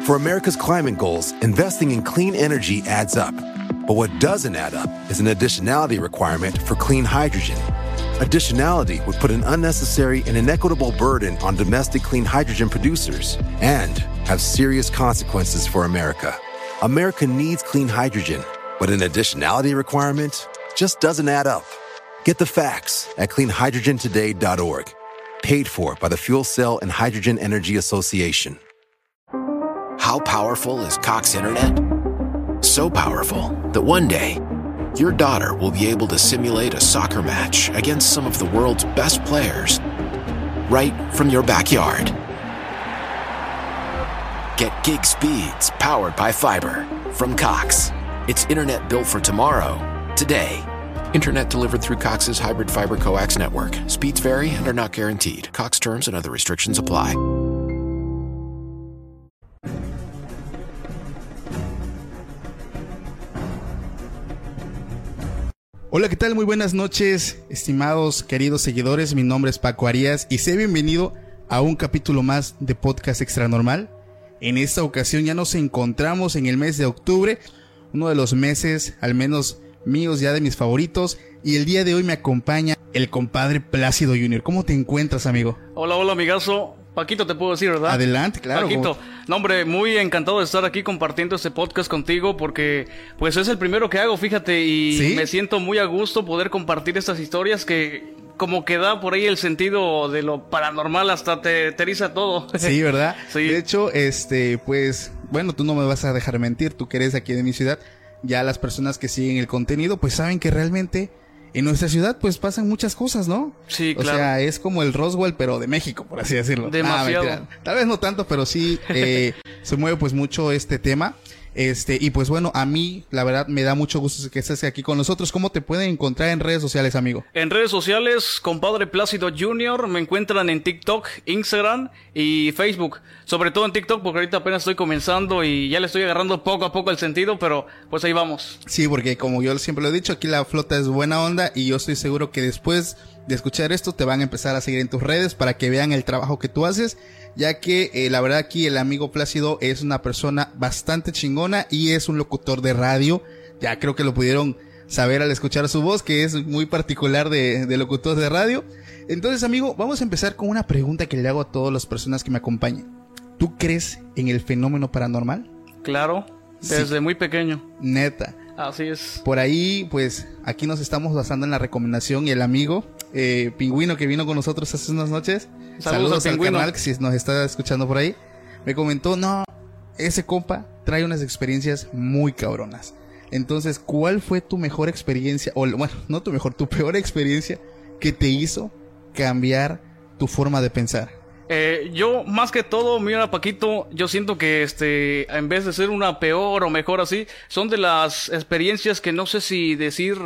For America's climate goals, investing in clean energy adds up. But what doesn't add up is an additionality requirement for clean hydrogen. Additionality would put an unnecessary and inequitable burden on domestic clean hydrogen producers and have serious consequences for America. America needs clean hydrogen, but an additionality requirement just doesn't add up. Get the facts at cleanhydrogentoday.org. Paid for by the Fuel Cell and Hydrogen Energy Association. How powerful is Cox Internet? So powerful that one day, your daughter will be able to simulate a soccer match against some of the world's best players right from your backyard. Get gig speeds powered by fiber from Cox. It's internet built for tomorrow, today. Internet delivered through Cox's hybrid fiber coax network. Speeds vary and are not guaranteed. Cox terms and other restrictions apply. Hola, ¿qué tal? Muy buenas noches, estimados, queridos seguidores. Mi nombre es Paco Arias y sé bienvenido a un capítulo más de Podcast Extra Normal. En esta ocasión ya nos encontramos en el mes de octubre, uno de los meses, al menos míos, ya de mis favoritos. Y el día de hoy me acompaña el compadre Plácido Junior. ¿Cómo te encuentras, amigo? Hola, amigazo. Paquito te puedo decir, ¿verdad? Adelante, claro. Paquito, no hombre, muy encantado de estar aquí compartiendo este podcast contigo porque pues es el primero que hago, fíjate, y ¿sí? Me siento muy a gusto poder compartir estas historias que como que da por ahí el sentido de lo paranormal, hasta te eriza todo. Sí, ¿verdad? Sí. De hecho, pues, bueno, tú no me vas a dejar mentir, tú que eres aquí de mi ciudad, ya las personas que siguen el contenido pues saben que realmente en nuestra ciudad pues pasan muchas cosas, ¿no? Sí, claro. O sea, es como el Roswell, pero de México, por así decirlo. Demasiado. Tal vez no tanto, pero sí se mueve pues mucho este tema. Y pues bueno, a mí la verdad me da mucho gusto que estés aquí con nosotros. ¿Cómo te pueden encontrar en redes sociales, amigo? En redes sociales, compadre Plácido Junior, me encuentran en TikTok, Instagram y Facebook. Sobre todo en TikTok porque ahorita apenas estoy comenzando y ya le estoy agarrando poco a poco el sentido, pero pues ahí vamos. Sí, porque como yo siempre lo he dicho, aquí la flota es buena onda y yo estoy seguro que después de escuchar esto te van a empezar a seguir en tus redes para que vean el trabajo que tú haces. Ya que la verdad aquí el amigo Plácido es una persona bastante chingona y es un locutor de radio. Ya creo que lo pudieron saber al escuchar su voz, que es muy particular de locutor de radio. Entonces, amigo, vamos a empezar con una pregunta que le hago a todas las personas que me acompañan. ¿Tú crees en el fenómeno paranormal? Claro, desde sí. Muy pequeño. Neta. Así es. Por ahí, pues, aquí nos estamos basando en la recomendación y el amigo Pingüino que vino con nosotros hace unas noches. Saludos al canal que si nos está escuchando por ahí. Me comentó, no, ese compa trae unas experiencias muy cabronas. Entonces, ¿cuál fue tu mejor experiencia? O bueno, no tu mejor, tu peor experiencia que te hizo cambiar tu forma de pensar? Yo, más que todo, mira, Paquito, yo siento que en vez de ser una peor o mejor así, son de las experiencias que no sé si decir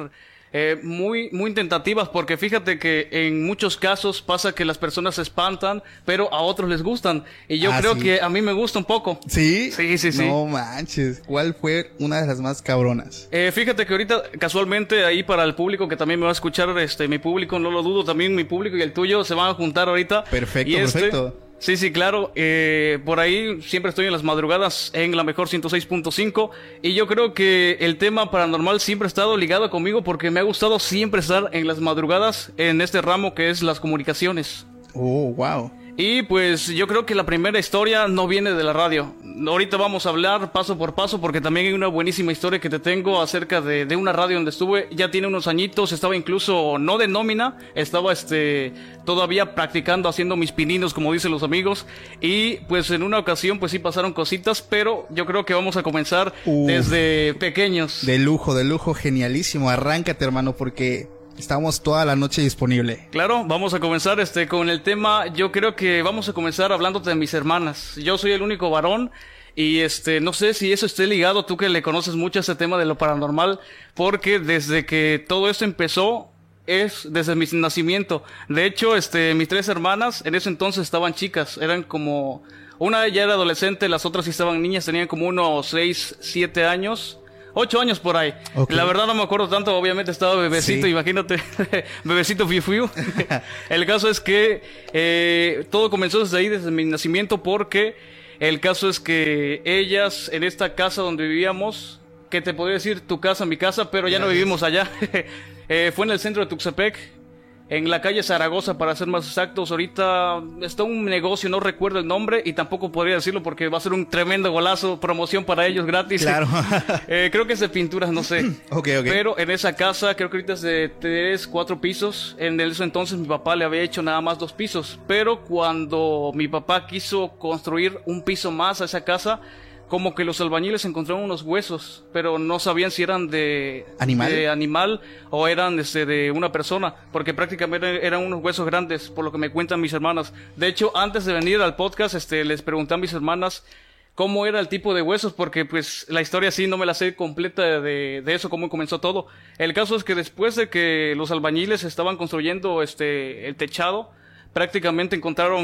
muy tentativas, porque fíjate que en muchos casos pasa que las personas se espantan, pero a otros les gustan, y yo creo que a mí me gusta un poco. ¿Sí? Sí. No manches, ¿cuál fue una de las más cabronas? Fíjate que ahorita, casualmente, ahí para el público que también me va a escuchar, mi público, no lo dudo, también mi público y el tuyo se van a juntar ahorita. Perfecto, perfecto. Sí, claro. Por ahí siempre estoy en las madrugadas en la mejor 106.5 y yo creo que el tema paranormal siempre ha estado ligado conmigo porque me ha gustado siempre estar en las madrugadas en este ramo que es las comunicaciones. Oh, wow. Y pues yo creo que la primera historia no viene de la radio. Ahorita vamos a hablar paso por paso porque también hay una buenísima historia que te tengo acerca de una radio donde estuve. Ya tiene unos añitos, estaba incluso no de nómina, estaba todavía practicando, haciendo mis pininos como dicen los amigos. Y pues en una ocasión pues sí pasaron cositas, pero yo creo que vamos a comenzar desde pequeños. De lujo, genialísimo. Arráncate, hermano, porque estamos toda la noche disponible. Claro, vamos a comenzar con el tema. Yo creo que vamos a comenzar hablándote de mis hermanas. Yo soy el único varón y no sé si eso esté ligado, tú que le conoces mucho a este tema de lo paranormal, porque desde que todo esto empezó es desde mi nacimiento. De hecho, mis 3 hermanas en ese entonces estaban chicas, eran como una ya era adolescente, las otras sí estaban niñas, tenían como unos 6, 7 años. 8 años por ahí. Okay. La verdad no me acuerdo tanto, obviamente estaba bebecito, sí. Imagínate, bebecito fiu. El caso es que todo comenzó desde ahí, desde mi nacimiento, porque El caso es que ellas, en esta casa donde vivíamos, que te podría decir tu casa, mi casa, pero ya no vivimos allá. Fue en el centro de Tuxtepec, en la calle Zaragoza, para ser más exactos. Ahorita está un negocio, no recuerdo el nombre, y tampoco podría decirlo porque va a ser un tremendo golazo, promoción para ellos gratis. Claro. Creo que es de pinturas, no sé. Ok. Pero en esa casa, creo que ahorita es de 3, 4 pisos. En ese entonces mi papá le había hecho nada más 2 pisos. Pero cuando mi papá quiso construir un piso más a esa casa, como que los albañiles encontraron unos huesos, pero no sabían si eran de animal o eran de una persona, porque prácticamente eran unos huesos grandes, por lo que me cuentan mis hermanas. De hecho, antes de venir al podcast, les pregunté a mis hermanas cómo era el tipo de huesos, porque pues la historia sí no me la sé completa de eso, cómo comenzó todo. El caso es que después de que los albañiles estaban construyendo el techado, prácticamente encontraron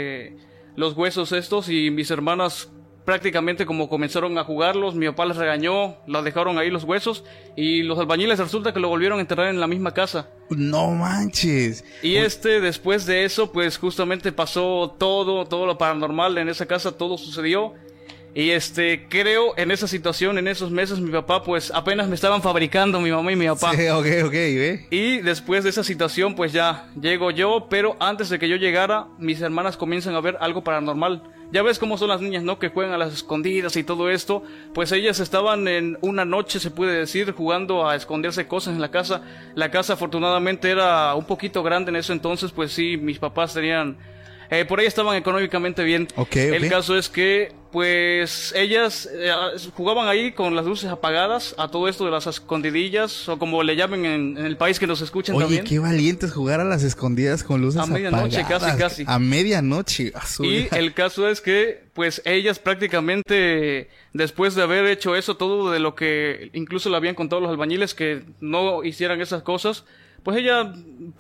los huesos estos, y mis hermanas prácticamente como comenzaron a jugarlos, mi papá les regañó, los dejaron ahí los huesos, y los albañiles resulta que lo volvieron a enterrar en la misma casa. No manches. Y después de eso, pues justamente pasó todo lo paranormal en esa casa, todo sucedió. Y creo en esa situación, en esos meses, mi papá pues apenas me estaban fabricando, mi mamá y mi papá. Sí, ok, Y después de esa situación pues ya llego yo, pero antes de que yo llegara, mis hermanas comienzan a ver algo paranormal. Ya ves cómo son las niñas, ¿no? Que juegan a las escondidas y todo esto. Pues ellas estaban en una noche, se puede decir, jugando a esconderse cosas en la casa. La casa afortunadamente era un poquito grande en ese entonces, pues sí, mis papás tenían... por ahí estaban económicamente bien. El caso es que, pues, ellas jugaban ahí con las luces apagadas a todo esto de las escondidillas, o como le llamen en el país que nos escuchan también. Oye, qué valientes jugar a las escondidas con luces apagadas. A medianoche, casi. A medianoche. Azul. Y el caso es que, pues, ellas prácticamente, después de haber hecho eso, todo de lo que incluso le habían contado los albañiles que no hicieran esas cosas, pues ellas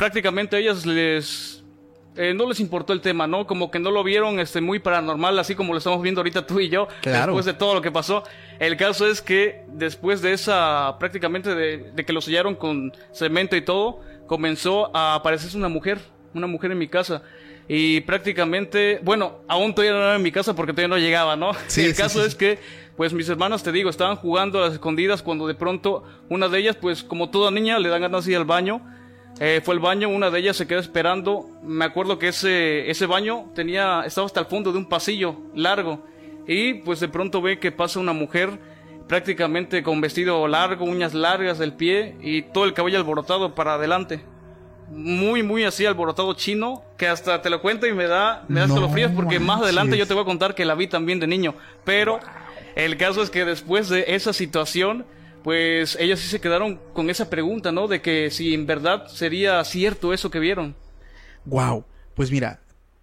no les importó el tema, ¿no? Como que no lo vieron muy paranormal, así como lo estamos viendo ahorita tú y yo, claro, después de todo lo que pasó. El caso es que después de esa, prácticamente de que lo sellaron con cemento y todo, comenzó a aparecerse una mujer en mi casa. Y prácticamente, bueno, aún todavía no era en mi casa porque todavía no llegaba, ¿no? Sí, el caso es que, pues mis hermanas, te digo, estaban jugando a las escondidas cuando de pronto una de ellas, pues como toda niña, le dan ganas de ir al baño. Fue al baño, una de ellas se quedó esperando. Me acuerdo que ese baño estaba hasta el fondo de un pasillo largo. Y pues de pronto ve que pasa una mujer prácticamente con vestido largo, uñas largas del pie y todo el cabello alborotado para adelante. Muy, muy así, alborotado chino, que hasta te lo cuento y me da escalofríos porque más adelante yo te voy a contar que la vi también de niño. Pero el caso es que después de esa situación, pues ellas sí se quedaron con esa pregunta, ¿no? De que si en verdad sería cierto eso que vieron. Wow, pues mira,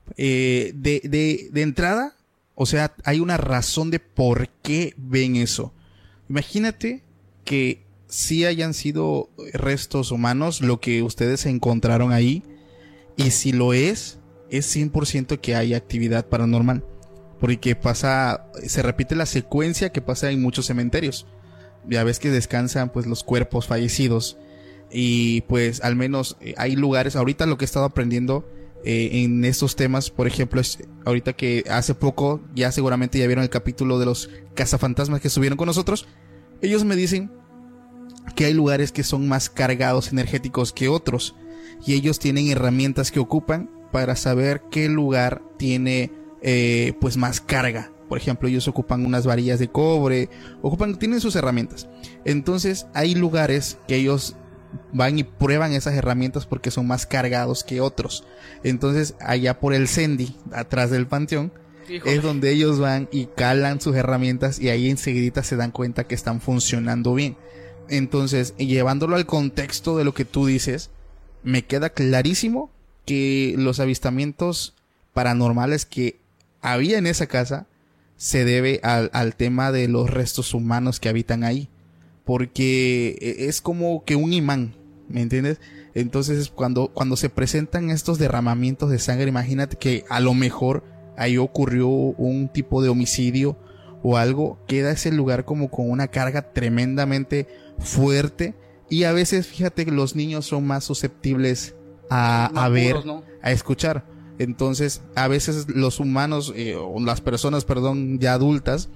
de entrada, o sea, hay una razón de por qué ven eso. Imagínate que sí hayan sido restos humanos lo que ustedes encontraron ahí, y si lo es 100% que hay actividad paranormal, porque se repite la secuencia que pasa en muchos cementerios. Ya ves que descansan pues los cuerpos fallecidos, y pues al menos hay lugares. Ahorita lo que he estado aprendiendo en estos temas, por ejemplo, es ahorita que hace poco, ya seguramente ya vieron el capítulo de los cazafantasmas que estuvieron con nosotros. Ellos me dicen que hay lugares que son más cargados energéticos que otros, y ellos tienen herramientas que ocupan para saber qué lugar tiene pues más carga. Por ejemplo, ellos ocupan unas varillas de cobre, tienen sus herramientas. Entonces hay lugares que ellos van y prueban esas herramientas porque son más cargados que otros. Entonces allá por el Cendi, atrás del panteón, híjole, es donde ellos van y calan sus herramientas, y ahí enseguida se dan cuenta que están funcionando bien. Entonces, llevándolo al contexto de lo que tú dices, me queda clarísimo que los avistamientos paranormales que había en esa casa se debe al tema de los restos humanos que habitan ahí, porque es como que un imán, ¿me entiendes? Entonces cuando se presentan estos derramamientos de sangre, imagínate que a lo mejor ahí ocurrió un tipo de homicidio o algo, queda ese lugar como con una carga tremendamente fuerte, y a veces fíjate que los niños son más susceptibles a ver, ¿no?, a escuchar. Entonces, a veces los humanos, o las personas, perdón, ya adultas,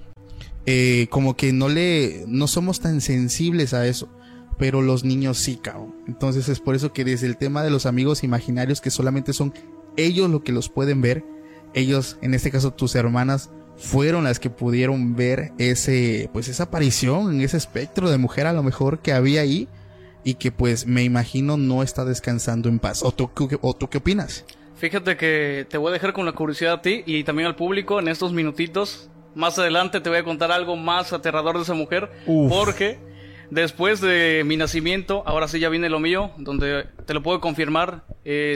como que no somos tan sensibles a eso, pero los niños sí, cabrón. Entonces es por eso que desde el tema de los amigos imaginarios, que solamente son ellos los que los pueden ver, ellos, en este caso tus hermanas, fueron las que pudieron ver esa aparición, ese espectro de mujer a lo mejor que había ahí, y que pues me imagino no está descansando en paz. ¿O tú qué opinas? Fíjate que te voy a dejar con la curiosidad a ti y también al público en estos minutitos. Más adelante te voy a contar algo más aterrador de esa mujer. Uf. Porque después de mi nacimiento, ahora sí ya viene lo mío, donde te lo puedo confirmar.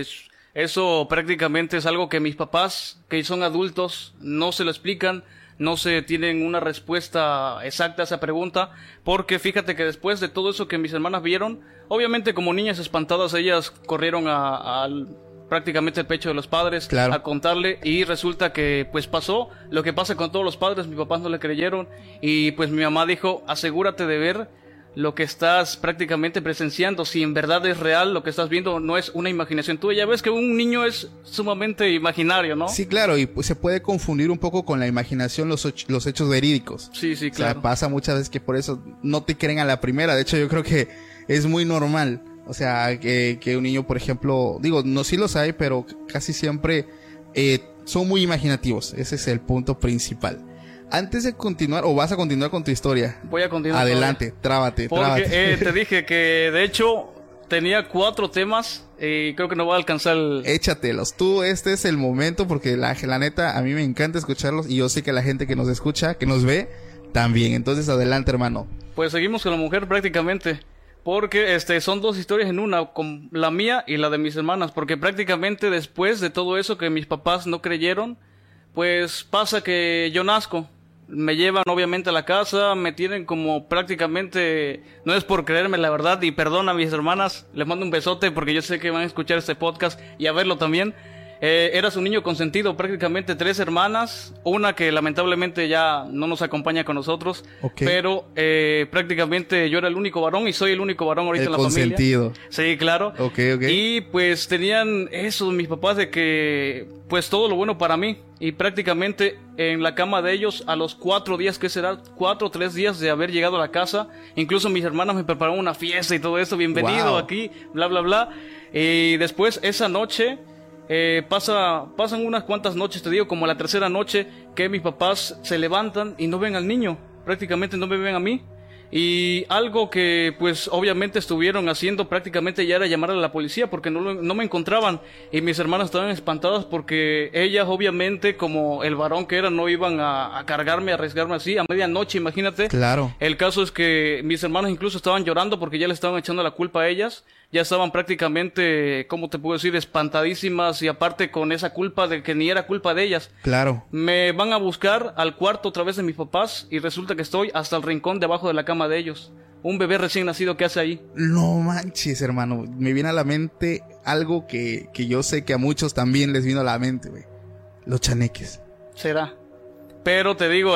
Eso prácticamente es algo que mis papás, que son adultos, no se lo explican, no se tienen una respuesta exacta a esa pregunta, porque fíjate que después de todo eso que mis hermanas vieron, obviamente como niñas espantadas, ellas corrieron al prácticamente el pecho de los padres, claro, a contarle, y resulta que pues pasó lo que pasa con todos los padres. Mis papás no le creyeron y pues mi mamá dijo: asegúrate de ver lo que estás prácticamente presenciando, si en verdad es real lo que estás viendo, no es una imaginación tuya. Ya ves que un niño es sumamente imaginario, ¿no? Sí, claro, y pues se puede confundir un poco con la imaginación los hechos verídicos. Sí, claro. O sea, pasa muchas veces que por eso no te creen a la primera. De hecho, yo creo que es muy normal. O sea, que un niño, por ejemplo, digo, no, sí los hay, pero casi siempre son muy imaginativos. Ese es el punto principal. Antes de continuar, o vas a continuar con tu historia. Voy a continuar. Adelante, trábate. Porque te dije que de hecho tenía 4 temas y creo que no voy a alcanzar Échatelos, tú, este es el momento, porque la neta, a mí me encanta escucharlos y yo sé que la gente que nos escucha, que nos ve, también. Entonces, adelante, hermano. Pues seguimos con la mujer prácticamente. Porque son 2 historias en una, con la mía y la de mis hermanas, porque prácticamente después de todo eso que mis papás no creyeron, pues pasa que yo nazco, me llevan obviamente a la casa, me tienen como prácticamente, no es por creerme la verdad, y perdona a mis hermanas, les mando un besote porque yo sé que van a escuchar este podcast y a verlo también. Era su niño consentido, prácticamente 3 hermanas, una que lamentablemente ya no nos acompaña con nosotros, okay, pero prácticamente yo era el único varón y soy el único varón ahorita en la familia. El consentido. Sí, claro. Okay. Y pues tenían eso mis papás de que pues todo lo bueno para mí, y prácticamente en la cama de ellos a los 4 días, que será 4 o 3 días de haber llegado a la casa, incluso mis hermanas me prepararon una fiesta y todo eso, bienvenido aquí, bla bla bla, y después esa noche pasan unas cuantas noches, te digo, como la tercera noche, que mis papás se levantan y no ven al niño, prácticamente no me ven a mí. Y algo que pues obviamente estuvieron haciendo prácticamente ya era llamar a la policía, porque no me encontraban, y mis hermanas estaban espantadas porque ellas obviamente, como el varón que eran, no iban a cargarme, a arriesgarme así a medianoche, imagínate. Claro. El caso es que mis hermanos incluso estaban llorando porque ya le estaban echando la culpa a ellas. Ya estaban prácticamente, ¿cómo te puedo decir?, espantadísimas, y aparte con esa culpa de que ni era culpa de ellas. Claro. Me van a buscar al cuarto otra vez de mis papás y resulta que estoy hasta el rincón debajo de la cama de ellos. Un bebé recién nacido que hace ahí. No manches, hermano. Me viene a la mente algo que yo sé que a muchos también les vino a la mente, güey. Los chaneques. Será. Pero te digo,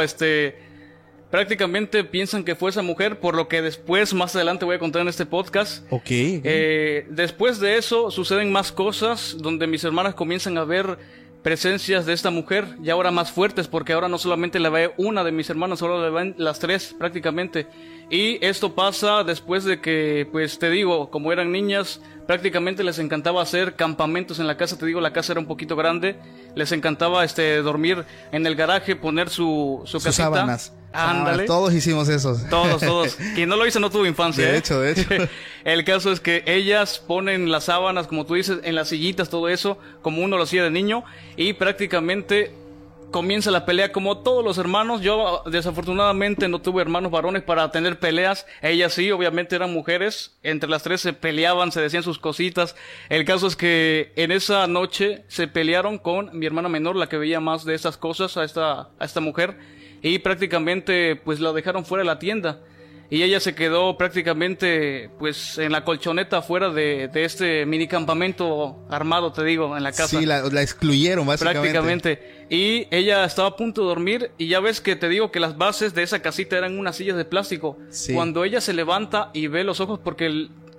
prácticamente piensan que fue esa mujer, por lo que después, más adelante voy a contar en este podcast. Okay. Después de eso suceden más cosas, donde mis hermanas comienzan a ver presencias de esta mujer, y ahora más fuertes, porque ahora no solamente la ve una de mis hermanas, ahora la ven las 3 prácticamente. Y esto pasa después de que, pues te digo, como eran niñas, prácticamente les encantaba hacer campamentos en la casa. Te digo, la casa era un poquito grande, les encantaba dormir en el garaje, poner sus casita. Sábanas. Ándale. Todos hicimos eso. Todos. Quien no lo hizo no tuvo infancia. De hecho. El caso es que ellas ponen las sábanas, como tú dices, en las sillitas, todo eso, como uno lo hacía de niño, y prácticamente comienza la pelea como todos los hermanos. Yo desafortunadamente no tuve hermanos varones para tener peleas. Ellas sí, obviamente eran mujeres. Entre las 3 se peleaban, se decían sus cositas. El caso es que en esa noche se pelearon con mi hermana menor, la que veía más de estas cosas, a esta mujer, y prácticamente pues la dejaron fuera de la tienda. Y ella se quedó prácticamente pues en la colchoneta afuera de este mini campamento armado, te digo, en la casa. Sí, la excluyeron básicamente. Prácticamente. Y ella estaba a punto de dormir, y ya ves que te digo que las bases de esa casita eran unas sillas de plástico. Sí. Cuando ella se levanta y ve los ojos, porque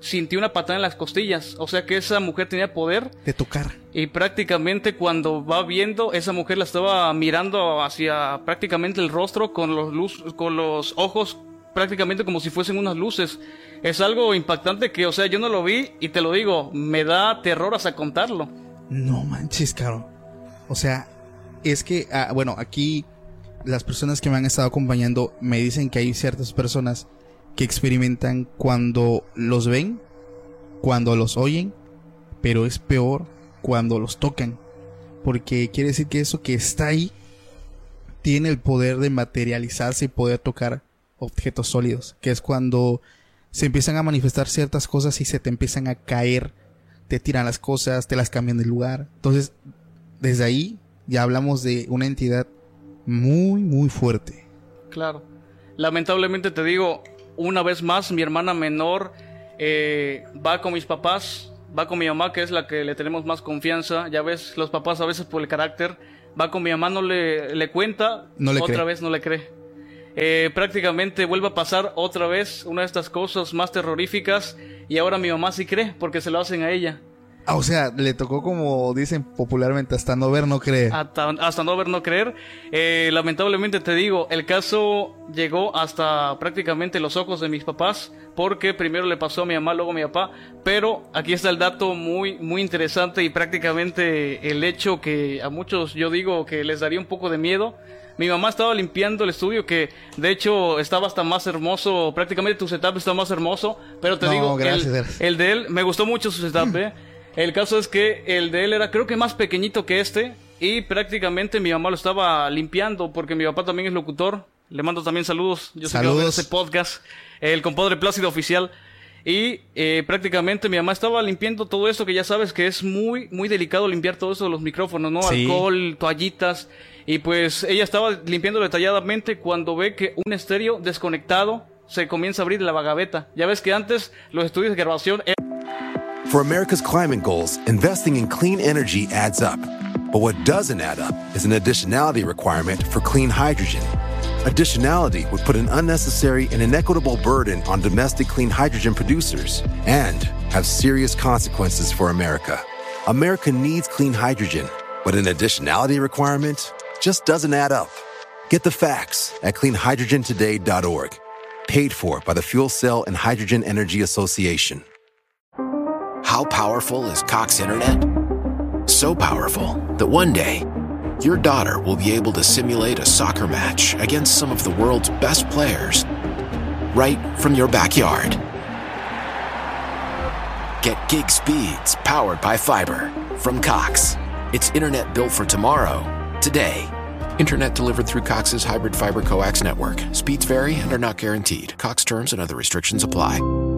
sintió una patada en las costillas. O sea que esa mujer tenía poder de tocar. Y prácticamente cuando va viendo, esa mujer la estaba mirando hacia prácticamente el rostro con los ojos prácticamente como si fuesen unas luces. Es algo impactante que, o sea, yo no lo vi y te lo digo, me da terror hasta contarlo. No manches, Caro. O sea, es que, bueno, aquí las personas que me han estado acompañando me dicen que hay ciertas personas que experimentan cuando los ven, cuando los oyen, pero es peor cuando los tocan, porque quiere decir que eso que está ahí tiene el poder de materializarse y poder tocar objetos sólidos, que es cuando se empiezan a manifestar ciertas cosas y se te empiezan a caer, te tiran las cosas, te las cambian de lugar. Entonces, desde ahí ya hablamos de una entidad muy, muy fuerte. Claro. Lamentablemente te digo, una vez más, mi hermana menor va con mis papás, va con mi mamá, que es la que le tenemos más confianza. Ya ves, los papás a veces por el carácter, va con mi mamá, no le cuenta, otra vez no le cree. Prácticamente vuelve a pasar otra vez una de estas cosas más terroríficas y ahora mi mamá sí cree porque se lo hacen a ella. O sea, le tocó, como dicen popularmente, hasta no ver, no creer. Hasta no ver, no creer. Lamentablemente te digo, el caso llegó hasta prácticamente los ojos de mis papás, porque primero le pasó a mi mamá, luego a mi papá. Pero aquí está el dato muy, muy interesante y prácticamente el hecho que a muchos yo digo que les daría un poco de miedo. Mi mamá estaba limpiando el estudio, que de hecho estaba hasta más hermoso, prácticamente tu setup está más hermoso, pero te digo, gracias. El de él, me gustó mucho su setup, El caso es que el de él era, creo que más pequeñito que este, y prácticamente mi mamá lo estaba limpiando, porque mi papá también es locutor. Le mando también saludos. Yo sé que va a ver ese podcast, el compadre Plácido Oficial. Y prácticamente mi mamá estaba limpiando todo esto, que ya sabes que es muy, muy delicado limpiar todo eso de los micrófonos, ¿no? Sí. Alcohol, toallitas. Y pues ella estaba limpiando detalladamente cuando ve que un estéreo desconectado se comienza a abrir la gaveta. Ya ves que antes los estudios de grabación... For America's climate goals, investing in clean energy adds up. But what doesn't add up is an additionality requirement for clean hydrogen. Additionality would put an unnecessary and inequitable burden on domestic clean hydrogen producers and have serious consequences for America. America needs clean hydrogen, but an additionality requirement just doesn't add up. Get the facts at cleanhydrogentoday.org. Paid for by the Fuel Cell and Hydrogen Energy Association. How powerful is Cox Internet? So powerful that one day, your daughter will be able to simulate a soccer match against some of the world's best players right from your backyard. Get gig speeds powered by fiber from Cox. It's internet built for tomorrow, today. Internet delivered through Cox's hybrid fiber coax network. Speeds vary and are not guaranteed. Cox terms and other restrictions apply.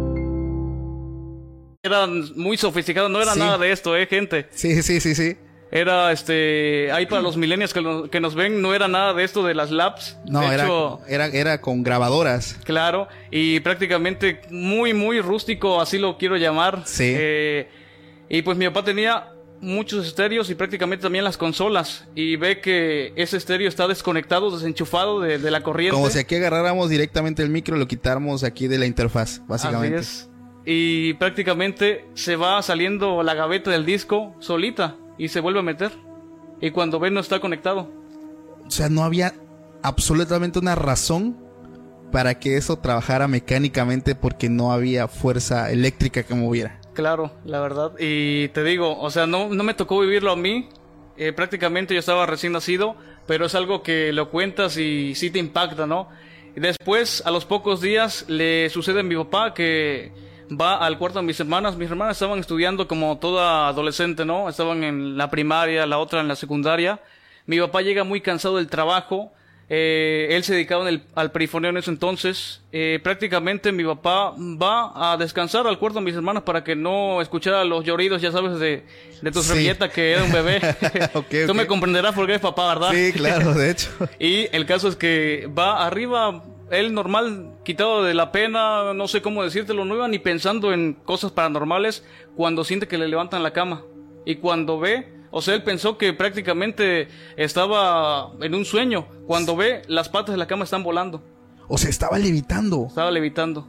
Eran muy sofisticados, no era nada de esto, gente. Sí. Era, ahí para los millennials que nos ven, no era nada de esto de las labs. No, de hecho, era con grabadoras. Claro, y prácticamente muy, muy rústico, así lo quiero llamar. Sí. Y pues mi papá tenía muchos estéreos y prácticamente también las consolas. Y ve que ese estéreo está desconectado, desenchufado de la corriente. Como si aquí agarráramos directamente el micro y lo quitáramos aquí de la interfaz, básicamente. Así es. Y prácticamente se va saliendo la gaveta del disco solita y se vuelve a meter. Y cuando ve no está conectado. O sea, no había absolutamente una razón para que eso trabajara mecánicamente, porque no había fuerza eléctrica que moviera. Claro, la verdad. Y te digo, o sea, no me tocó vivirlo a mí. Prácticamente yo estaba recién nacido, pero es algo que lo cuentas y sí te impacta, ¿no? Y después, a los pocos días, le sucede a mi papá que va al cuarto de mis hermanas. Mis hermanas estaban estudiando como toda adolescente, ¿no? Estaban en la primaria, la otra en la secundaria. Mi papá llega muy cansado del trabajo. Él se dedicaba al perifoneo en ese entonces. Prácticamente mi papá va a descansar al cuarto de mis hermanas para que no escuchara los lloridos, ya sabes, de tu servilleta, que era un bebé. Okay. Tú me comprenderás porque eres papá, ¿verdad? Sí, claro, de hecho. Y el caso es que va arriba, él normal, quitado de la pena, no sé cómo decírtelo, no iba ni pensando en cosas paranormales, cuando siente que le levantan la cama. Y cuando ve, o sea, él pensó que prácticamente estaba en un sueño. Cuando ve, las patas de la cama están volando. O sea, estaba levitando. Estaba levitando.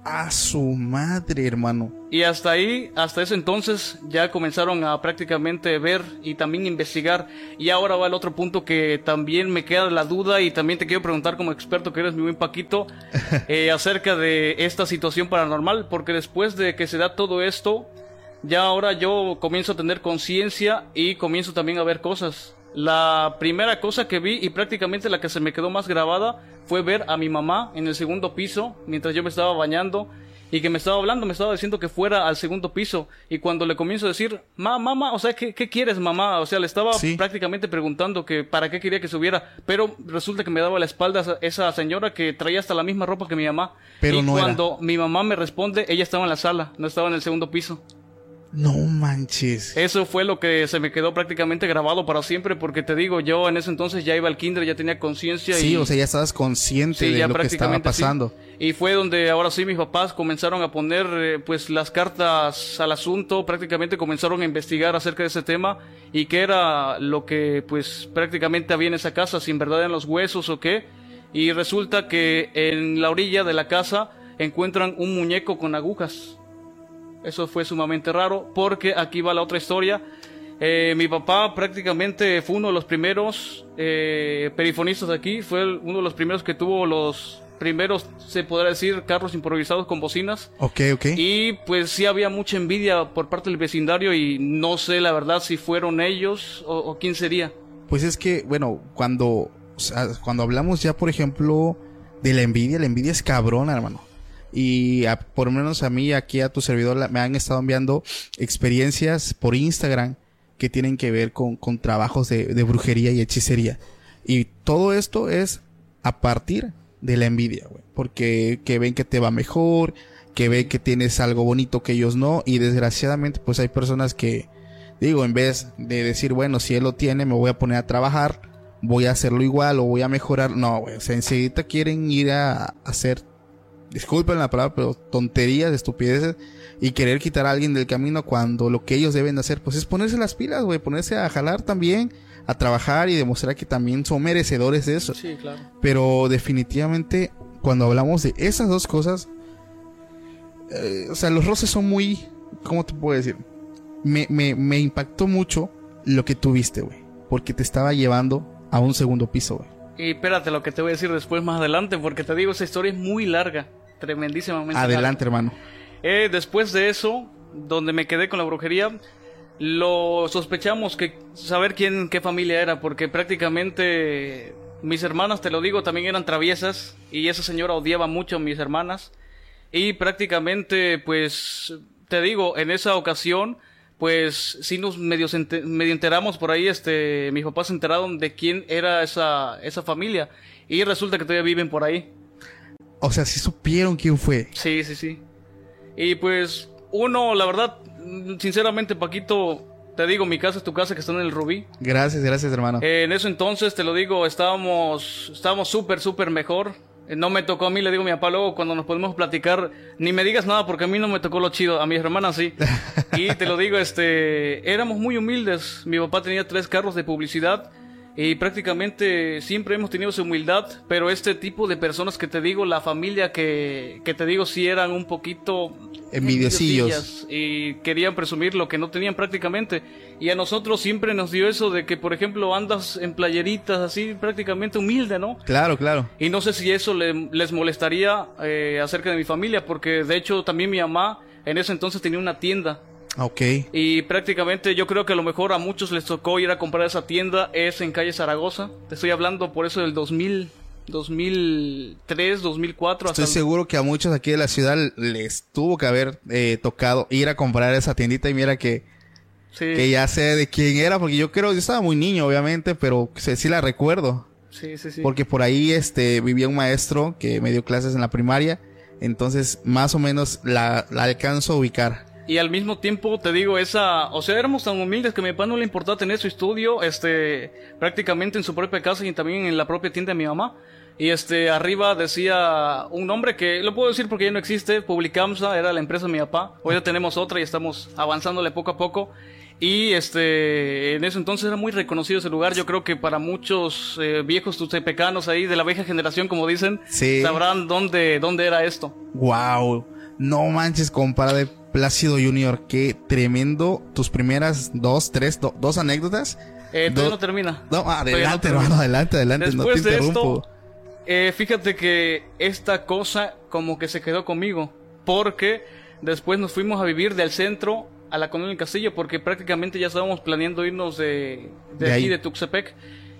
A su madre, hermano. Y hasta ahí, hasta ese entonces, ya comenzaron a prácticamente ver y también investigar. Y ahora va el otro punto que también me queda la duda y también te quiero preguntar como experto que eres, mi buen Paquito, acerca de esta situación paranormal. Porque después de que se da todo esto, ya ahora yo comienzo a tener conciencia y comienzo también a ver cosas. La primera cosa que vi y prácticamente la que se me quedó más grabada fue ver a mi mamá en el segundo piso mientras yo me estaba bañando y que me estaba hablando, me estaba diciendo que fuera al segundo piso. Y cuando le comienzo a decir, mamá, o sea, ¿qué quieres, mamá? O sea, le estaba prácticamente preguntando que para qué quería que subiera, pero resulta que me daba la espalda esa señora que traía hasta la misma ropa que mi mamá. Pero y no cuando mi mamá me responde, ella estaba en la sala, no estaba en el segundo piso. No manches. Eso fue lo que se me quedó prácticamente grabado para siempre, porque te digo, yo en ese entonces ya iba al kinder, ya tenía conciencia. Sí, o sea, ya estabas consciente de lo que estaba pasando. Sí. Y fue donde ahora sí mis papás comenzaron a poner pues las cartas al asunto, prácticamente comenzaron a investigar acerca de ese tema y qué era lo que pues prácticamente había en esa casa, si en verdad eran los huesos o qué. Y resulta que en la orilla de la casa encuentran un muñeco con agujas. Eso fue sumamente raro, porque aquí va la otra historia. Mi papá prácticamente fue uno de los primeros perifonistas aquí, fue uno de los primeros que tuvo los primeros, se podrá decir, carros improvisados con bocinas. Ok. Y pues sí había mucha envidia por parte del vecindario y no sé la verdad si fueron ellos o quién sería. Pues es que, bueno, cuando hablamos ya, por ejemplo, de la envidia es cabrona, hermano. Y por lo menos a mí, aquí a tu servidor, me han estado enviando experiencias por Instagram que tienen que ver con trabajos de brujería y hechicería. Y todo esto es a partir de la envidia, güey. Porque que ven que te va mejor, que ven que tienes algo bonito que ellos no. Y desgraciadamente, pues hay personas que, digo, en vez de decir, bueno, si él lo tiene, me voy a poner a trabajar, voy a hacerlo igual o voy a mejorar. No, güey, o sea, enseguida quieren ir a hacer, disculpen la palabra, pero tonterías, estupideces, y querer quitar a alguien del camino cuando lo que ellos deben hacer, pues es ponerse las pilas, güey, ponerse a jalar también, a trabajar y demostrar que también son merecedores de eso. Sí, claro. Pero definitivamente, cuando hablamos de esas dos cosas, o sea, los roces son muy, ¿cómo te puedo decir? Me impactó mucho lo que tuviste, güey, porque te estaba llevando a un segundo piso, güey. Y espérate lo que te voy a decir después más adelante, porque te digo, esa historia es muy larga, tremendísimamente adelante, larga. Hermano. Después de eso, donde me quedé con la brujería, lo sospechamos que saber qué familia era, porque prácticamente mis hermanas, te lo digo, también eran traviesas y esa señora odiaba mucho a mis hermanas y prácticamente, pues, te digo, en esa ocasión, pues sí nos medio enteramos por ahí, mis papás se enteraron de quién era esa familia y resulta que todavía viven por ahí. O sea, sí supieron quién fue. Sí. Y pues uno, la verdad, sinceramente, Paquito, te digo, mi casa es tu casa, que está en el Rubí. Gracias, hermano. En eso entonces, te lo digo, estábamos súper mejor. No me tocó a mí, le digo a mi papá luego cuando nos podemos platicar, ni me digas nada porque a mí no me tocó lo chido, a mis hermanas sí. Y te lo digo, éramos muy humildes. Mi papá tenía 3 carros de publicidad y prácticamente siempre hemos tenido esa humildad, pero este tipo de personas que te digo, la familia que te digo, sí eran un poquito envidiosillos y querían presumir lo que no tenían prácticamente. Y a nosotros siempre nos dio eso de que, por ejemplo, andas en playeritas así prácticamente humilde, ¿no? Claro. Y no sé si eso les molestaría acerca de mi familia, porque de hecho también mi mamá en ese entonces tenía una tienda. Ok. Y prácticamente yo creo que a lo mejor a muchos les tocó ir a comprar esa tienda, es en calle Zaragoza. Te estoy hablando por eso del 2003, 2004. Estoy seguro que a muchos aquí de la ciudad les tuvo que haber tocado ir a comprar esa tiendita y mira que ya sé de quién era, porque yo estaba muy niño obviamente, pero sí la recuerdo. Sí. Porque por ahí vivía un maestro que me dio clases en la primaria, entonces más o menos la alcanzo a ubicar. Y al mismo tiempo te digo, éramos tan humildes que a mi papá no le importaba tener su estudio, prácticamente en su propia casa y también en la propia tienda de mi mamá. Y arriba decía un nombre que lo puedo decir porque ya no existe, Publicamsa, era la empresa de mi papá. Hoy ya tenemos otra y estamos avanzándole poco a poco. Y en eso entonces era muy reconocido ese lugar. Yo creo que para muchos viejos tutepecanos ahí de la vieja generación, como dicen, sabrán dónde era esto. Wow. No manches, compadre Plácido Junior, qué tremendo. Tus primeras dos anécdotas. Todavía no termina. No, adelante, hermano, adelante. Después no te de interrumpo. Fíjate que esta cosa como que se quedó conmigo, porque después nos fuimos a vivir del centro a la colonia del Castillo, porque prácticamente ya estábamos planeando irnos de aquí, de Tuxtepec,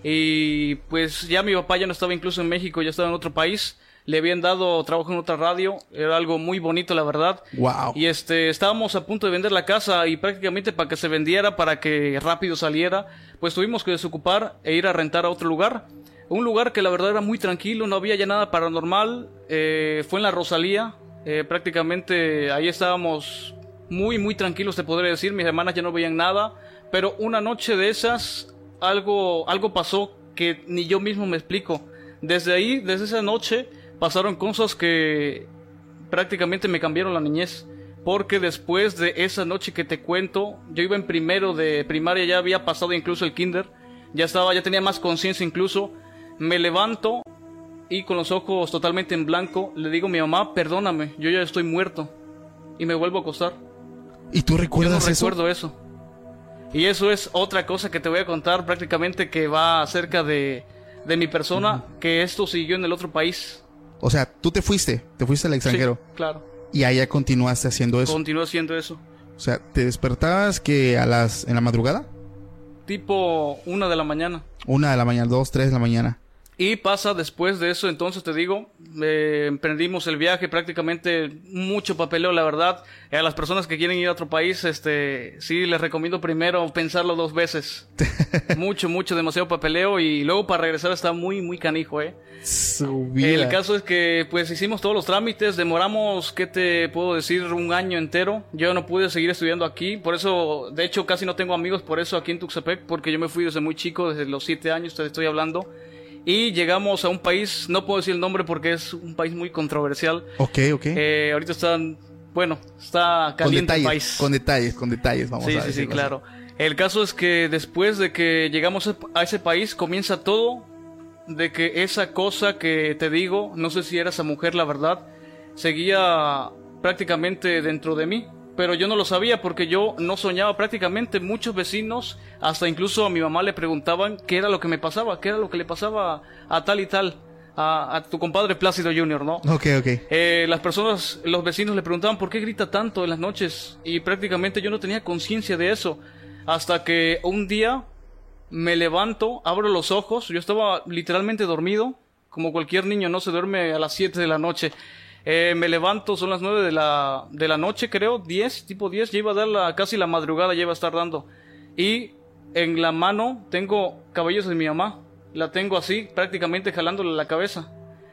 y pues ya mi papá ya no estaba incluso en México, ya estaba en otro país. Le habían dado trabajo en otra radio, era algo muy bonito, la verdad. Wow. Y estábamos a punto de vender la casa, y prácticamente para que se vendiera, para que rápido saliera, pues tuvimos que desocupar e ir a rentar a otro lugar. Un lugar que la verdad era muy tranquilo, no había ya nada paranormal. Fue en la Rosalía, prácticamente ahí estábamos muy, muy tranquilos, te podría decir. Mis hermanas ya no veían nada, pero una noche de esas, algo pasó que ni yo mismo me explico. Desde ahí, desde esa noche, pasaron cosas que prácticamente me cambiaron la niñez, porque después de esa noche que te cuento, yo iba en primero de primaria, ya había pasado incluso el kinder, ya tenía más conciencia incluso. Me levanto y con los ojos totalmente en blanco le digo a mi mamá, perdóname, yo ya estoy muerto, y me vuelvo a acostar. ¿Y tú recuerdas eso? Yo no recuerdo eso. Y eso es otra cosa que te voy a contar, prácticamente que va acerca de mi persona, que esto siguió en el otro país. O sea, tú te fuiste al extranjero. Sí, claro. Y allá continuaste haciendo eso. Continué haciendo eso. O sea, ¿te despertabas que en la madrugada? Tipo 1 de la mañana. 1 de la mañana, 2, 3 de la mañana. Y pasa después de eso, entonces te digo, emprendimos el viaje, prácticamente mucho papeleo, la verdad. A las personas que quieren ir a otro país, sí les recomiendo primero pensarlo 2 veces. mucho, demasiado papeleo, y luego para regresar está muy, muy canijo, Su vida. El caso es que pues hicimos todos los trámites, demoramos, ¿qué te puedo decir? 1 año entero. Yo no pude seguir estudiando aquí, por eso, de hecho casi no tengo amigos por eso aquí en Tuxtepec, porque yo me fui desde muy chico, desde los 7 años te estoy hablando. Y llegamos a un país, no puedo decir el nombre porque es un país muy controversial. Ok. Ahorita está caliente el país. Con detalles, vamos a decirlo. Sí, claro. El caso es que después de que llegamos a ese país, comienza todo de que esa cosa que te digo, no sé si era esa mujer, la verdad, seguía prácticamente dentro de mí. Pero yo no lo sabía porque yo no soñaba prácticamente. Muchos vecinos, hasta incluso a mi mamá le preguntaban qué era lo que me pasaba, qué era lo que le pasaba a tal y tal, a tu compadre Plácido Junior, ¿no? Ok. Las personas, los vecinos le preguntaban por qué grita tanto en las noches, y prácticamente yo no tenía conciencia de eso. Hasta que un día me levanto, abro los ojos, yo estaba literalmente dormido, como cualquier niño, no se duerme a las 7 de la noche. Me levanto, son las 9 de la noche, creo, 10, tipo 10, ya iba a dar casi la madrugada, ya iba a estar dando. Y en la mano tengo cabellos de mi mamá, la tengo así, prácticamente jalándole la cabeza.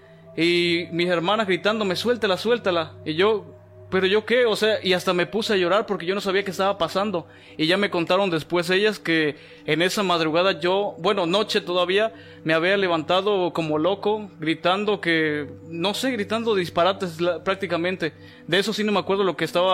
Y mis hermanas gritándome, suéltala. Y yo, ¿pero yo qué? O sea, y hasta me puse a llorar porque yo no sabía qué estaba pasando. Y ya me contaron después ellas que en esa madrugada noche todavía, me había levantado como loco, gritando gritando disparates prácticamente. De eso sí no me acuerdo lo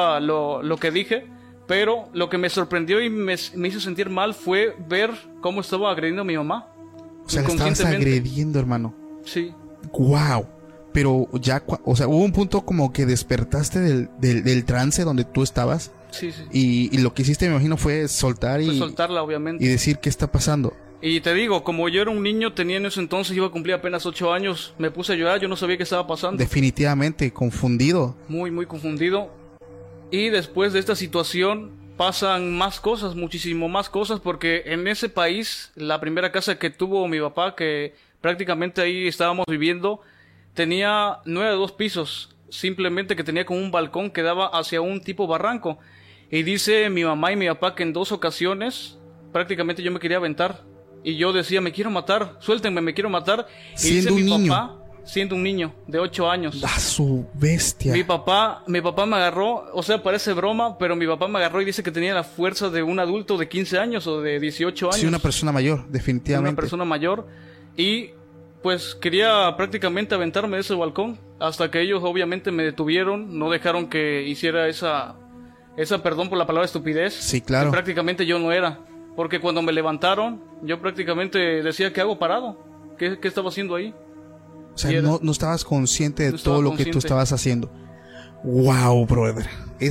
que dije, pero lo que me sorprendió y me hizo sentir mal fue ver cómo estaba agrediendo a mi mamá. O sea, la estabas agrediendo, hermano. Sí. Wow. Pero ya, o sea, hubo un punto como que despertaste del trance donde tú estabas. Sí. Y lo que hiciste, me imagino, fue soltarla, obviamente. Y decir qué está pasando. Y te digo, como yo era un niño, tenía en ese entonces, iba a cumplir apenas 8 años, me puse a llorar, yo no sabía qué estaba pasando. Definitivamente, confundido. Muy, muy confundido. Y después de esta situación pasan más cosas, muchísimo más cosas, porque en ese país, la primera casa que tuvo mi papá, que prácticamente ahí estábamos viviendo, tenía 9 de 2 pisos, simplemente que tenía como un balcón que daba hacia un tipo barranco. Y dice mi mamá y mi papá que en 2 ocasiones prácticamente yo me quería aventar. Y yo decía, me quiero matar, suéltenme, me quiero matar. Y siendo dice un niño. Papá, siendo un niño de 8 años. ¡A su bestia! Mi papá me agarró, o sea, parece broma, pero mi papá me agarró y dice que tenía la fuerza de un adulto de 15 años o de 18 años. Sí, una persona mayor, definitivamente. Una persona mayor. Y pues quería prácticamente aventarme de ese balcón, hasta que ellos obviamente me detuvieron, no dejaron que hiciera esa perdón por la palabra estupidez. Sí, claro. Que prácticamente yo no era, porque cuando me levantaron, yo prácticamente decía, ¿qué hago parado? ¿Qué estaba haciendo ahí? O sea, no estabas consciente de todo lo que tú estabas haciendo. Wow, brother.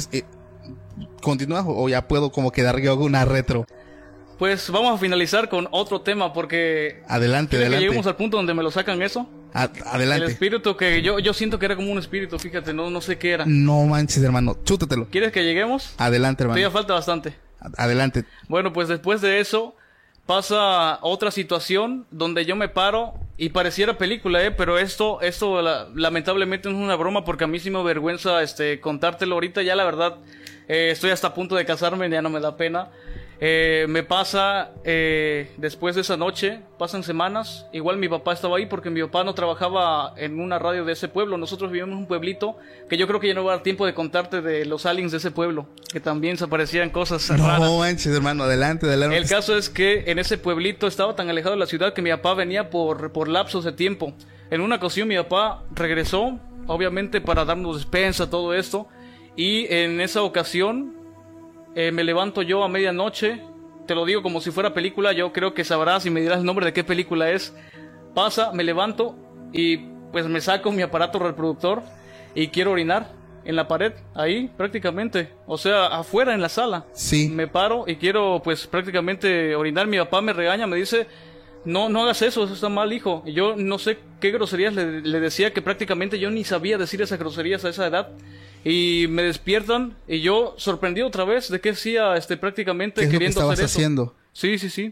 ¿Continúa o ya puedo como quedar yo una retro? Pues vamos a finalizar con otro tema porque... Adelante. Que lleguemos al punto donde me lo sacan eso. Adelante. El espíritu que yo siento que era como un espíritu, fíjate, no sé qué era. No manches, hermano, chútatelo. ¿Quieres que lleguemos? Adelante, hermano. Todavía falta bastante. Adelante. Bueno, pues después de eso pasa otra situación donde yo me paro y pareciera película, pero esto lamentablemente no es una broma porque a mí sí me avergüenza contártelo ahorita. Ya la verdad estoy hasta a punto de casarme, ya no me da pena. Me pasa después de esa noche, pasan semanas. Igual mi papá estaba ahí porque mi papá no trabajaba en una radio de ese pueblo. Nosotros vivíamos en un pueblito que yo creo que ya no va a dar tiempo de contarte de los aliens de ese pueblo, que también se aparecían cosas raras. No manches, hermano, adelante. El caso es que en ese pueblito estaba tan alejado de la ciudad que mi papá venía por lapsos de tiempo. En una ocasión mi papá regresó, obviamente para darnos despensa, todo esto. Y en esa ocasión me levanto yo a medianoche, te lo digo como si fuera película, yo creo que sabrás y me dirás el nombre de qué película es. Pasa, me levanto y pues me saco mi aparato reproductor y quiero orinar en la pared, ahí prácticamente, o sea, afuera en la sala. Sí. Me paro y quiero pues prácticamente orinar, mi papá me regaña, me dice... No hagas eso está mal, hijo. Y yo no sé qué groserías le decía, que prácticamente yo ni sabía decir esas groserías a esa edad. Y me despiertan y yo sorprendido otra vez de qué hacía prácticamente ¿Qué es queriendo lo que hacer estabas eso. haciendo? Sí.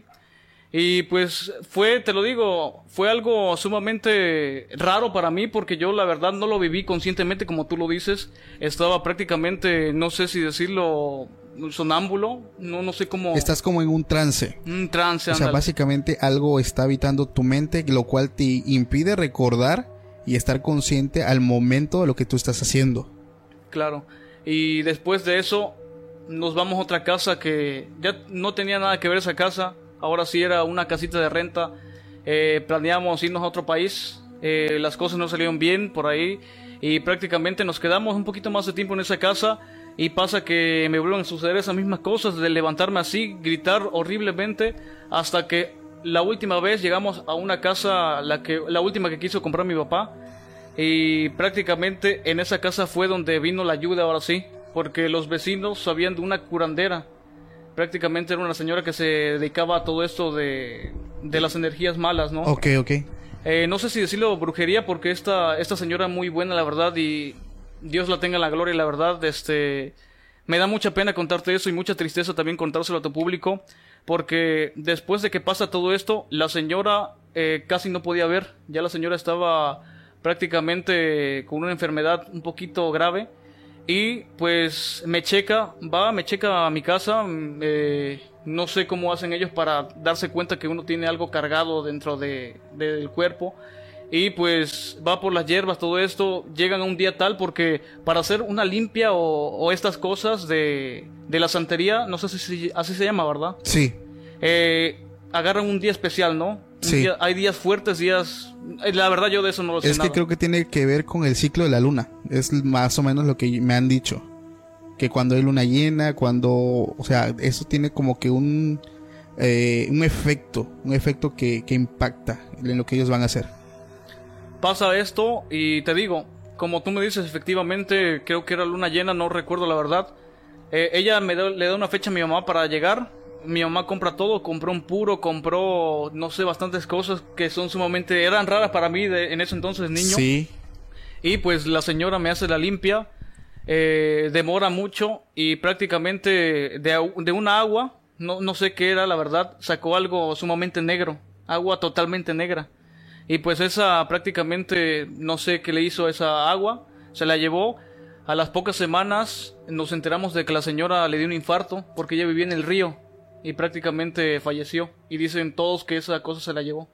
Y pues te lo digo, fue algo sumamente raro para mí porque yo la verdad no lo viví conscientemente como tú lo dices. Estaba prácticamente, no sé si decirlo, sonámbulo, no sé cómo. Estás como en un trance. Un trance, O sea, básicamente algo está habitando tu mente, lo cual te impide recordar y estar consciente al momento de lo que tú estás haciendo. Claro. Y después de eso nos vamos a otra casa que ya no tenía nada que ver esa casa. Ahora sí era una casita de renta. Planeamos irnos a otro país. Las cosas no salieron bien por ahí. Y prácticamente nos quedamos un poquito más de tiempo en esa casa. Y pasa que me vuelven a suceder esas mismas cosas. De levantarme así, gritar horriblemente. Hasta que la última vez llegamos a una casa, la última que quiso comprar mi papá. Y prácticamente en esa casa fue donde vino la ayuda ahora sí. Porque los vecinos sabían de una curandera. Prácticamente era una señora que se dedicaba a todo esto de las energías malas, ¿no? Ok. No sé si decirlo brujería porque esta señora es muy buena, la verdad, y Dios la tenga en la gloria, la verdad, me da mucha pena contarte eso y mucha tristeza también contárselo a tu público, porque después de que pasa todo esto, la señora casi no podía ver, ya la señora estaba prácticamente con una enfermedad un poquito grave. Y pues me checa a mi casa, no sé cómo hacen ellos para darse cuenta que uno tiene algo cargado dentro del cuerpo. Y pues va por las hierbas, todo esto, llegan a un día tal porque para hacer una limpia o estas cosas de la santería, no sé si así se llama, ¿verdad? Sí. Agarran un día especial, ¿no? Sí. Hay días fuertes, la verdad yo de eso no lo sé nada. Es que creo que tiene que ver con el ciclo de la luna. Es más o menos lo que me han dicho. Que cuando hay luna llena, o sea, eso tiene como que un efecto que impacta en lo que ellos van a hacer. Pasa esto y te digo, como tú me dices, efectivamente, creo que era luna llena, no recuerdo la verdad. Ella le da una fecha a mi mamá para llegar. Mi mamá compra todo, compró un puro, compró, no sé, bastantes cosas que son eran raras para mí en ese entonces, niño. Sí. Y pues la señora me hace la limpia, demora mucho y prácticamente de una agua, no sé qué era la verdad, sacó algo sumamente negro, agua totalmente negra. Y pues esa prácticamente, no sé qué le hizo a esa agua, se la llevó. A las pocas semanas nos enteramos de que la señora le dio un infarto porque ella vivía en el río. Y prácticamente falleció. Y dicen todos que esa cosa se la llevó.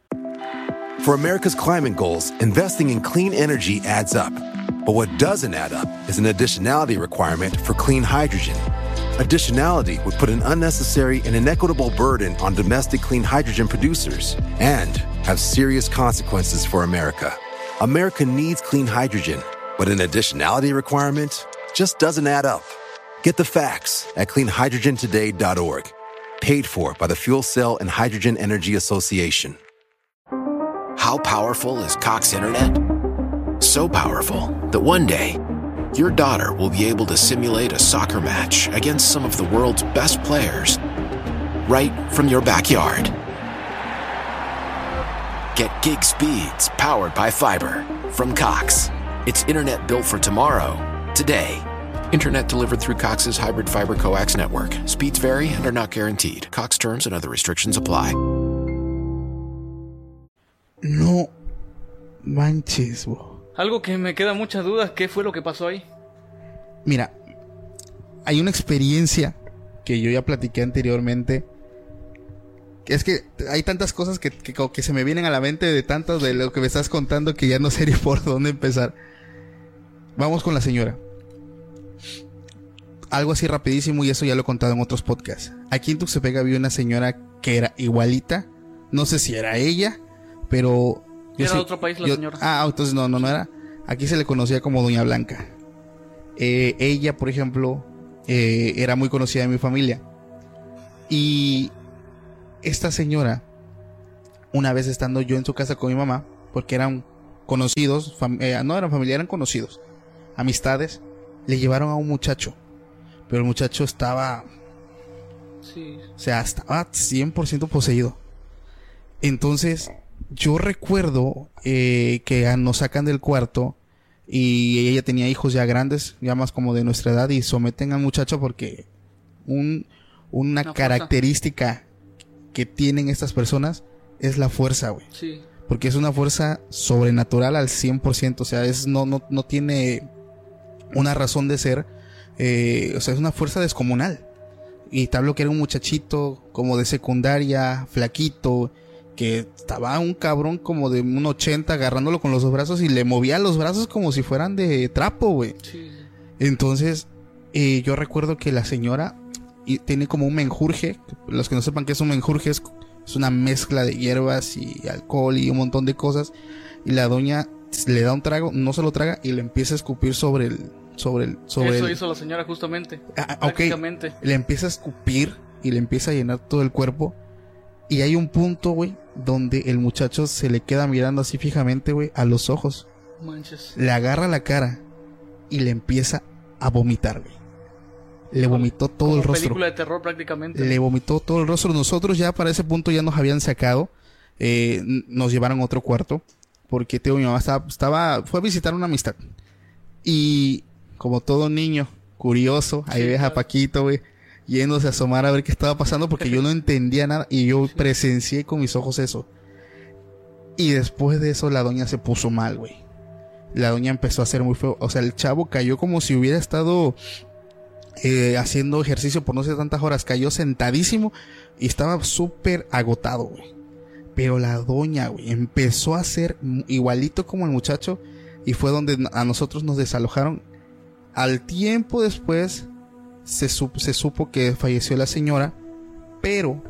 For America's climate goals, investing in clean energy adds up. But what doesn't add up is an additionality requirement for clean hydrogen. Additionality would put an unnecessary and inequitable burden on domestic clean hydrogen producers and have serious consequences for America. America needs clean hydrogen, but an additionality requirement just doesn't add up. Get the facts at cleanhydrogentoday.org. Paid for by the Fuel Cell and Hydrogen Energy Association. How powerful is Cox Internet? So powerful that one day, your daughter will be able to simulate a soccer match against some of the world's best players right from your backyard. Get gig speeds powered by fiber from Cox. It's internet built for tomorrow, today. Internet delivered through Cox's hybrid fiber coax network. Speeds vary and are not guaranteed. Cox terms and other restrictions apply. No manches, bro. Algo que me queda mucha duda, ¿qué fue lo que pasó ahí? Mira, hay una experiencia que yo ya platiqué anteriormente. Es que hay tantas cosas que se me vienen a la mente de tantas de lo que me estás contando que ya no sé ni por dónde empezar. Vamos con la señora. Algo así rapidísimo, y eso ya lo he contado en otros podcasts. Aquí en Tuxtepec había una señora que era igualita. No sé si era ella, pero... ¿Era de otro país la señora? Ah, entonces no era. Aquí se le conocía como Doña Blanca. Ella, por ejemplo, era muy conocida en mi familia. Y esta señora, una vez estando yo en su casa con mi mamá, porque eran conocidos, no eran familia, eran conocidos, amistades, le llevaron a un muchacho. Pero el muchacho estaba... Sí. O sea, estaba 100% poseído. Entonces, yo recuerdo que nos sacan del cuarto y ella tenía hijos ya grandes, ya más como de nuestra edad, y someten al muchacho porque una característica que tienen estas personas es la fuerza, güey. Sí. Porque es una fuerza sobrenatural al 100%, o sea, no tiene una razón de ser, o sea, es una fuerza descomunal. Y te hablo que era un muchachito como de secundaria, flaquito, que estaba un cabrón como de un 80 agarrándolo con los dos brazos y le movía los brazos como si fueran de trapo, güey. Sí. Entonces, yo recuerdo que la señora tiene como un menjurje. Los que no sepan qué es un menjurje, es una mezcla de hierbas y alcohol y un montón de cosas. Y la doña le da un trago, no se lo traga y le empieza a escupir sobre el... Eso hizo la señora justamente. Prácticamente. Okay. Le empieza a escupir y le empieza a llenar todo el cuerpo. Y hay un punto, güey, donde el muchacho se le queda mirando así fijamente, güey, a los ojos. Manches. Le agarra la cara y le empieza a vomitar, güey. Le vomitó todo el rostro. Película de terror prácticamente. Le vomitó todo el rostro. Nosotros ya para ese punto ya nos habían sacado. Nos llevaron a otro cuarto. Porque mi mamá fue a visitar una amistad. Y como todo niño curioso, ahí ves a Paquito, güey, yéndose a asomar a ver qué estaba pasando, porque yo no entendía nada y yo presencié con mis ojos eso. Y después de eso la doña se puso mal, güey. La doña empezó a hacer muy feo. O sea, el chavo cayó como si hubiera estado haciendo ejercicio por no sé tantas horas. Cayó sentadísimo y estaba súper agotado, güey. Pero la doña, güey, empezó a hacer igualito como el muchacho, y fue donde a nosotros nos desalojaron. Al tiempo después se supo que falleció la señora, pero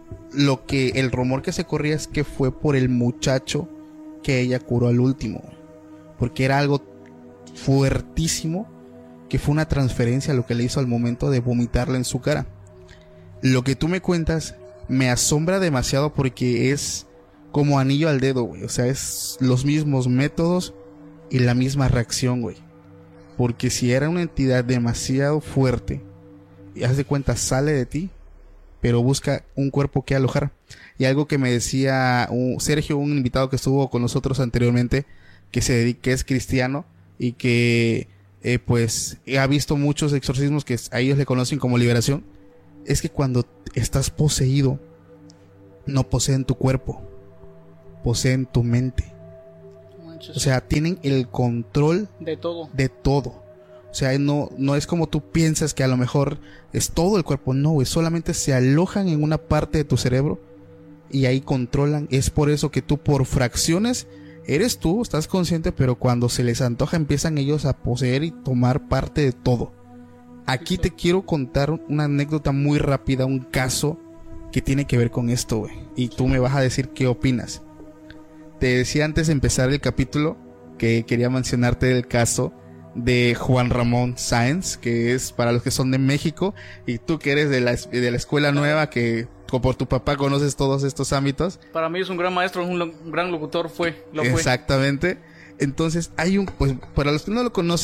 el rumor que se corría es que fue por el muchacho que ella curó al último, porque era algo fuertísimo, que fue una transferencia lo que le hizo al momento de vomitarla en su cara. Lo que tú me cuentas me asombra demasiado porque es como anillo al dedo, güey. O sea, es los mismos métodos y la misma reacción, güey. Porque si era una entidad demasiado fuerte, y haz de cuenta, sale de ti, pero busca un cuerpo que alojar. Y algo que me decía Sergio, un invitado que estuvo con nosotros anteriormente, que es cristiano y que pues ha visto muchos exorcismos que a ellos le conocen como liberación, es que cuando estás poseído, no poseen tu cuerpo, poseen tu mente. O sea, tienen el control de todo. De todo. O sea, no es como tú piensas que a lo mejor es todo el cuerpo. No, güey, solamente se alojan en una parte de tu cerebro y ahí controlan. Es por eso que tú por fracciones eres tú, estás consciente, pero cuando se les antoja empiezan ellos a poseer y tomar parte de todo. Aquí te quiero contar una anécdota muy rápida, un caso que tiene que ver con esto, güey. Y tú me vas a decir qué opinas. Te decía antes de empezar el capítulo que quería mencionarte el caso de Juan Ramón Sáenz, que es para los que son de México, y tú que eres de la escuela nueva, que por tu papá conoces todos estos ámbitos. Para mí es un gran maestro, un gran locutor, lo fue. Exactamente. Entonces pues para los que no lo conocen,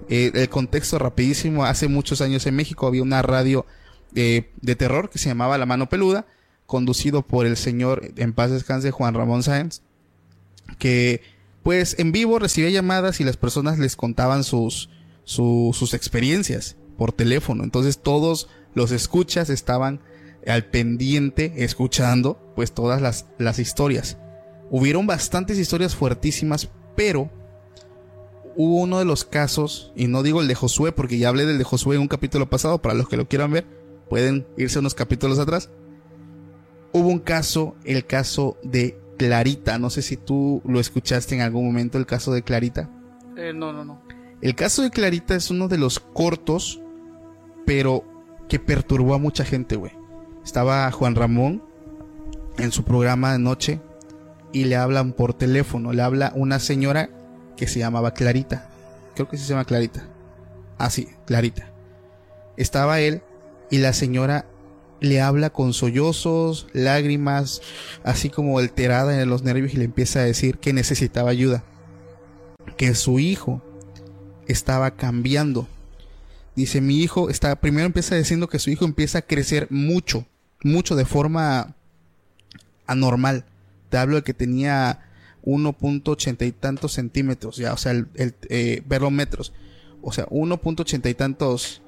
El contexto rapidísimo, hace muchos años en México había una radio de terror que se llamaba La Mano Peluda, conducido por el señor, en paz descanse, Juan Ramón Sáenz, que pues en vivo recibía llamadas y las personas les contaban sus experiencias por teléfono. Entonces todos los escuchas estaban al pendiente escuchando pues todas las historias. Hubieron bastantes historias fuertísimas, pero hubo uno de los casos, y no digo el de Josué porque ya hablé del de Josué en un capítulo pasado, para los que lo quieran ver pueden irse unos capítulos atrás. Hubo un caso, el caso de Clarita. No sé si tú lo escuchaste en algún momento, el caso de Clarita. No. El caso de Clarita es uno de los cortos, pero que perturbó a mucha gente, güey. Estaba Juan Ramón en su programa de noche y le hablan por teléfono. Le habla una señora que se llamaba Clarita. Creo que se llama Clarita. Ah, sí, Clarita. Estaba él y la señora le habla con sollozos, lágrimas, así como alterada en los nervios, y le empieza a decir que necesitaba ayuda, que su hijo estaba cambiando. Dice, mi hijo está, primero empieza diciendo que su hijo empieza a crecer mucho de forma anormal. Te hablo de que tenía 1.80 y tantos centímetros, ya, o sea, verlo metros, o sea, 1.80 y tantos,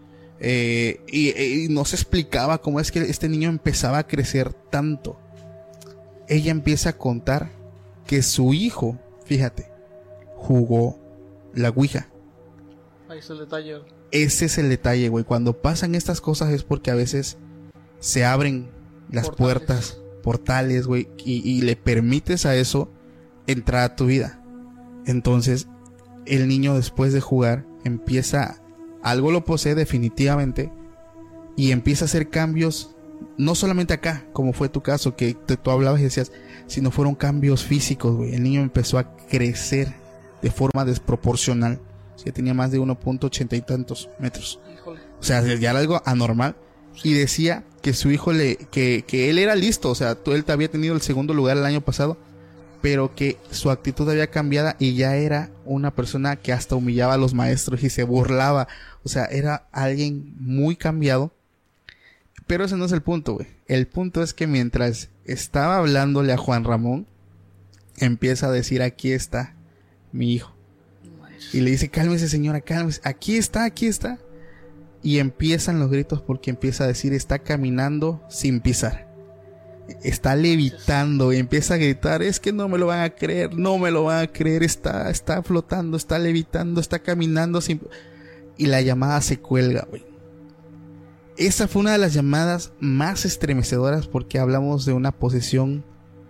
y no se explicaba cómo es que este niño empezaba a crecer tanto. Ella empieza a contar que su hijo, fíjate, jugó la Ouija. Ahí es el detalle. Ese es el detalle, güey. Cuando pasan estas cosas es porque a veces se abren las portales, güey, y le permites a eso entrar a tu vida. Entonces, el niño, después de jugar, algo lo posee definitivamente, y empieza a hacer cambios, no solamente acá, como fue tu caso, que tú hablabas y decías, sino fueron cambios físicos, güey. El niño empezó a crecer de forma desproporcional. Ya tenía más de 1.80 y tantos metros. Híjole. O sea, ya era algo anormal. Y decía que su hijo que él era listo. O sea, él había tenido el segundo lugar el año pasado, pero que su actitud había cambiado y ya era una persona que hasta humillaba a los maestros y se burlaba. O sea, era alguien muy cambiado. Pero ese no es el punto, güey. El punto es que mientras estaba hablándole a Juan Ramón, empieza a decir, aquí está mi hijo. Y le dice, cálmese señora, cálmese, aquí está. Y empiezan los gritos porque empieza a decir, está caminando sin pisar, está levitando, y empieza a gritar, es que no me lo van a creer, está flotando, está levitando, está caminando sin... Y la llamada se cuelga, güey. Esa fue una de las llamadas más estremecedoras porque hablamos de una posesión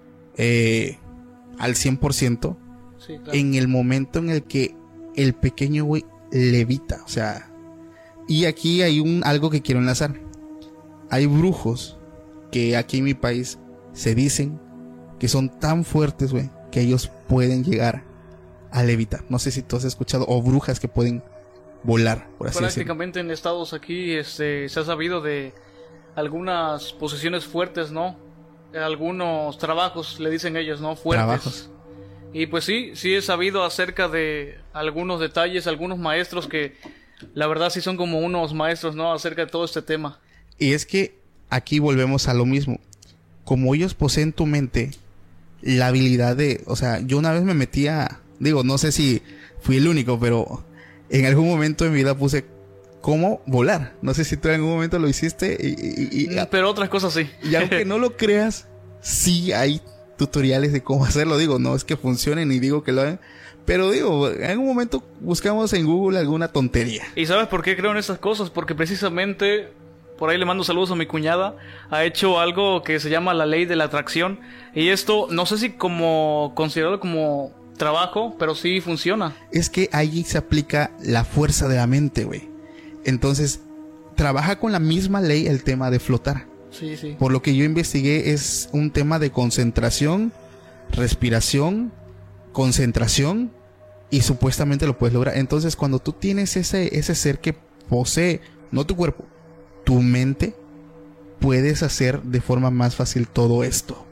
al 100%. Sí, claro. En el momento en el que el pequeño güey levita, o sea, y aquí hay algo que quiero enlazar. Hay brujos que aquí en mi país se dicen que son tan fuertes, güey, que ellos pueden llegar a levitar. No sé si tú has escuchado, o brujas que pueden volar, por así decirlo. Prácticamente en estados aquí se ha sabido de algunas posesiones fuertes, ¿no? Algunos trabajos, le dicen ellos, ¿no? Fuertes. Trabajos. Y pues sí he sabido acerca de algunos detalles, algunos maestros que la verdad sí son como unos maestros, ¿no? Acerca de todo este tema. Y es que aquí volvemos a lo mismo. Como ellos poseen tu mente, la habilidad de... O sea, yo una vez me metía... Digo, no sé si fui el único, pero en algún momento de mi vida puse cómo volar. No sé si tú en algún momento lo hiciste. Pero otras cosas sí. Y aunque no lo creas, sí hay tutoriales de cómo hacerlo. Digo, no es que funcione ni digo que lo hagan, pero digo, en algún momento buscamos en Google alguna tontería. ¿Y sabes por qué creo en esas cosas? Porque precisamente, por ahí le mando saludos a mi cuñada, ha hecho algo que se llama la ley de la atracción, y esto no sé si como considerarlo como trabajo, pero sí funciona. Es que ahí se aplica la fuerza de la mente, güey. Entonces trabaja con la misma ley el tema de flotar. Sí. Por lo que yo investigué, es un tema de concentración, respiración, concentración, y supuestamente lo puedes lograr. Entonces, cuando tú tienes ese ser que posee, no tu cuerpo, tu mente, puedes hacer de forma más fácil todo esto.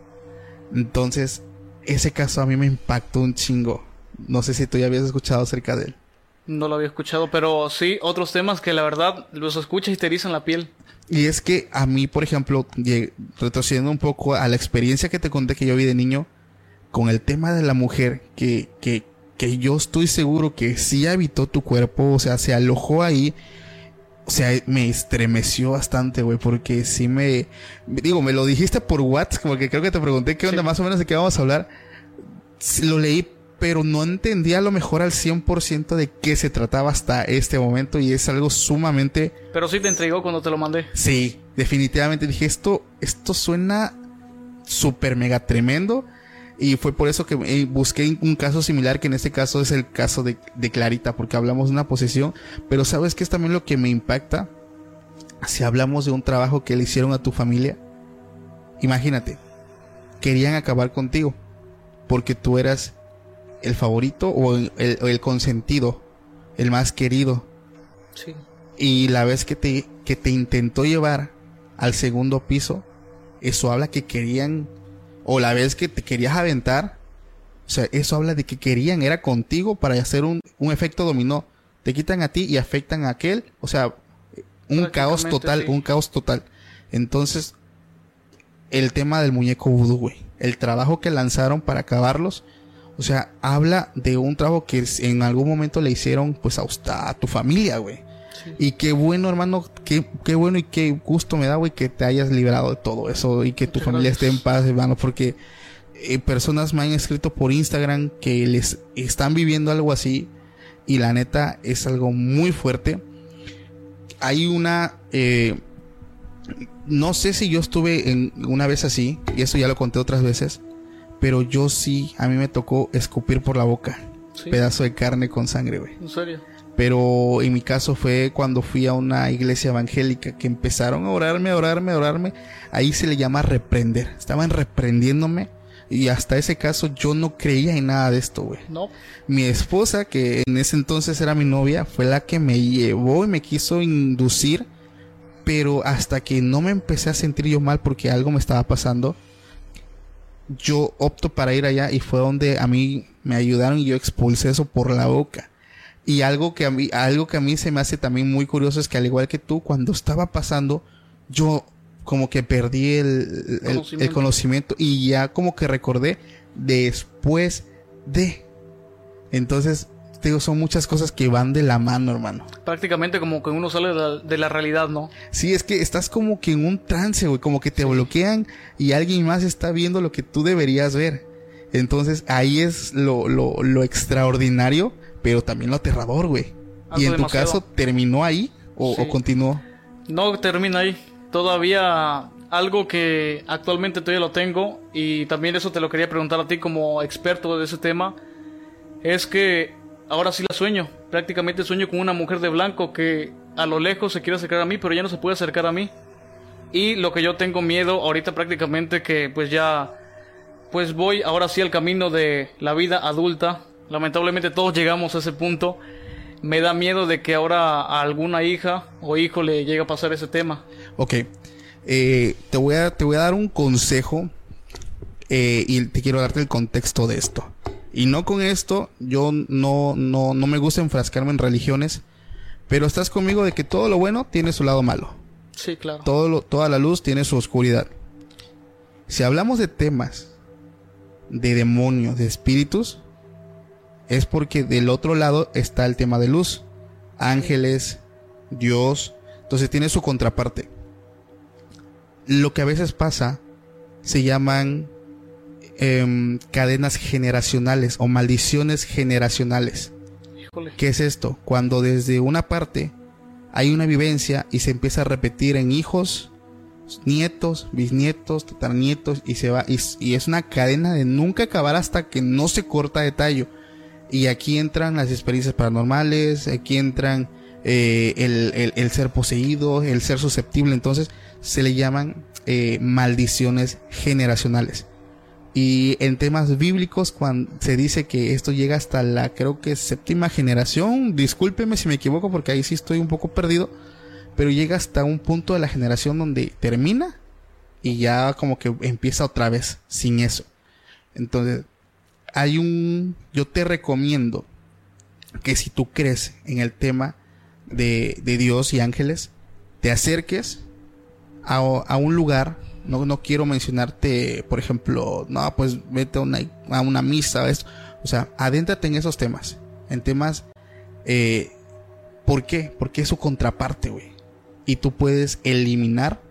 Entonces, ese caso a mí me impactó un chingo. No sé si tú ya habías escuchado acerca de él. No lo había escuchado, pero sí, otros temas que la verdad los escuchas y te erizan la piel. Y es que a mí, por ejemplo, retrocediendo un poco a la experiencia que te conté que yo vi de niño, con el tema de la mujer, que yo estoy seguro que sí habitó tu cuerpo, o sea, se alojó ahí. O sea, me estremeció bastante, güey, porque sí me lo dijiste por WhatsApp, porque creo que te pregunté qué onda, más o menos de qué vamos a hablar. Lo leí, pero no entendía a lo mejor al 100% de qué se trataba hasta este momento, y es algo sumamente... Pero sí te intrigó cuando te lo mandé. Sí, definitivamente dije, esto suena súper mega tremendo, y fue por eso que busqué un caso similar, que en este caso es el caso de Clarita, porque hablamos de una posesión, pero ¿sabes qué es también lo que me impacta? Si hablamos de un trabajo que le hicieron a tu familia, imagínate, querían acabar contigo, porque tú eras el favorito o el consentido, el más querido. Sí. Y la vez que te intentó llevar al segundo piso, eso habla que querían, o la vez que te querías aventar, o sea, eso habla de que querían, era contigo para hacer un efecto dominó. Te quitan a ti y afectan a aquel, o sea, un caos total, sí. Un caos total. Entonces, el tema del muñeco vudú, güey, el trabajo que lanzaron para acabarlos, o sea, habla de un trabajo que en algún momento le hicieron pues a tu familia, güey. Sí. Y qué bueno, hermano, qué bueno y qué gusto me da, güey, que te hayas librado de todo eso y que tu familia esté en paz, hermano, porque personas me han escrito por Instagram que les están viviendo algo así, y la neta es algo muy fuerte. Hay una... no sé si yo estuve en una vez así, y eso ya lo conté otras veces, pero yo sí, a mí me tocó escupir por la boca. Sí. Pedazo de carne con sangre, güey. ¿En serio? Pero en mi caso fue cuando fui a una iglesia evangélica, que empezaron a orarme. Ahí se le llama reprender. Estaban reprendiéndome, y hasta ese caso yo no creía en nada de esto, güey. No. Mi esposa, que en ese entonces era mi novia, fue la que me llevó y me quiso inducir, pero hasta que no me empecé a sentir yo mal porque algo me estaba pasando, yo opto para ir allá, y fue donde a mí me ayudaron y yo expulsé eso por la boca. Y algo que a mí se me hace también muy curioso es que, al igual que tú, cuando estaba pasando, yo como que perdí el conocimiento, y ya como que recordé después de. Entonces, te digo, son muchas cosas que van de la mano, hermano. Prácticamente como que uno sale de la realidad, ¿no? Sí, es que estás como que en un trance, güey, como que te bloquean y alguien más está viendo lo que tú deberías ver. Entonces, ahí es lo extraordinario, pero también lo aterrador, güey. ¿Y en tu caso terminó ahí o continuó? No, termina ahí. Todavía algo que actualmente todavía lo tengo, y también eso te lo quería preguntar a ti como experto de ese tema, es que ahora sí la sueño. Prácticamente sueño con una mujer de blanco que a lo lejos se quiere acercar a mí, pero ya no se puede acercar a mí. Y lo que yo tengo miedo ahorita prácticamente, que pues ya pues voy ahora sí al camino de la vida adulta. Lamentablemente todos llegamos a ese punto. Me da miedo de que ahora a alguna hija o hijo le llegue a pasar ese tema. Ok. Te voy a dar un consejo, y te quiero darte el contexto de esto. Y no con esto, yo no me gusta enfrascarme en religiones, pero estás conmigo de que todo lo bueno tiene su lado malo. Sí, claro. Toda la luz tiene su oscuridad. Si hablamos de temas de demonios, de espíritus, es porque del otro lado está el tema de luz, ángeles, Dios. Entonces tiene su contraparte. Lo que a veces pasa se llaman cadenas generacionales o maldiciones generacionales. Híjole. ¿Qué es esto? Cuando desde una parte hay una vivencia y se empieza a repetir en hijos, nietos, bisnietos, tataranietos, y se va, y es una cadena de nunca acabar hasta que no se corta de tallo. Y aquí entran las experiencias paranormales, aquí entran el ser poseído, el ser susceptible. Entonces se le llaman maldiciones generacionales. Y en temas bíblicos, cuando se dice que esto llega hasta la, creo que séptima generación, discúlpeme si me equivoco porque ahí sí estoy un poco perdido, pero llega hasta un punto de la generación donde termina y ya como que empieza otra vez sin eso. Entonces yo te recomiendo que si tú crees en el tema de Dios y ángeles, te acerques a un lugar. No quiero mencionarte, por ejemplo, no, pues vete a una misa, esto. O sea, adéntrate en esos temas. En temas, ¿por qué? Porque es su contraparte, güey. Y tú puedes eliminar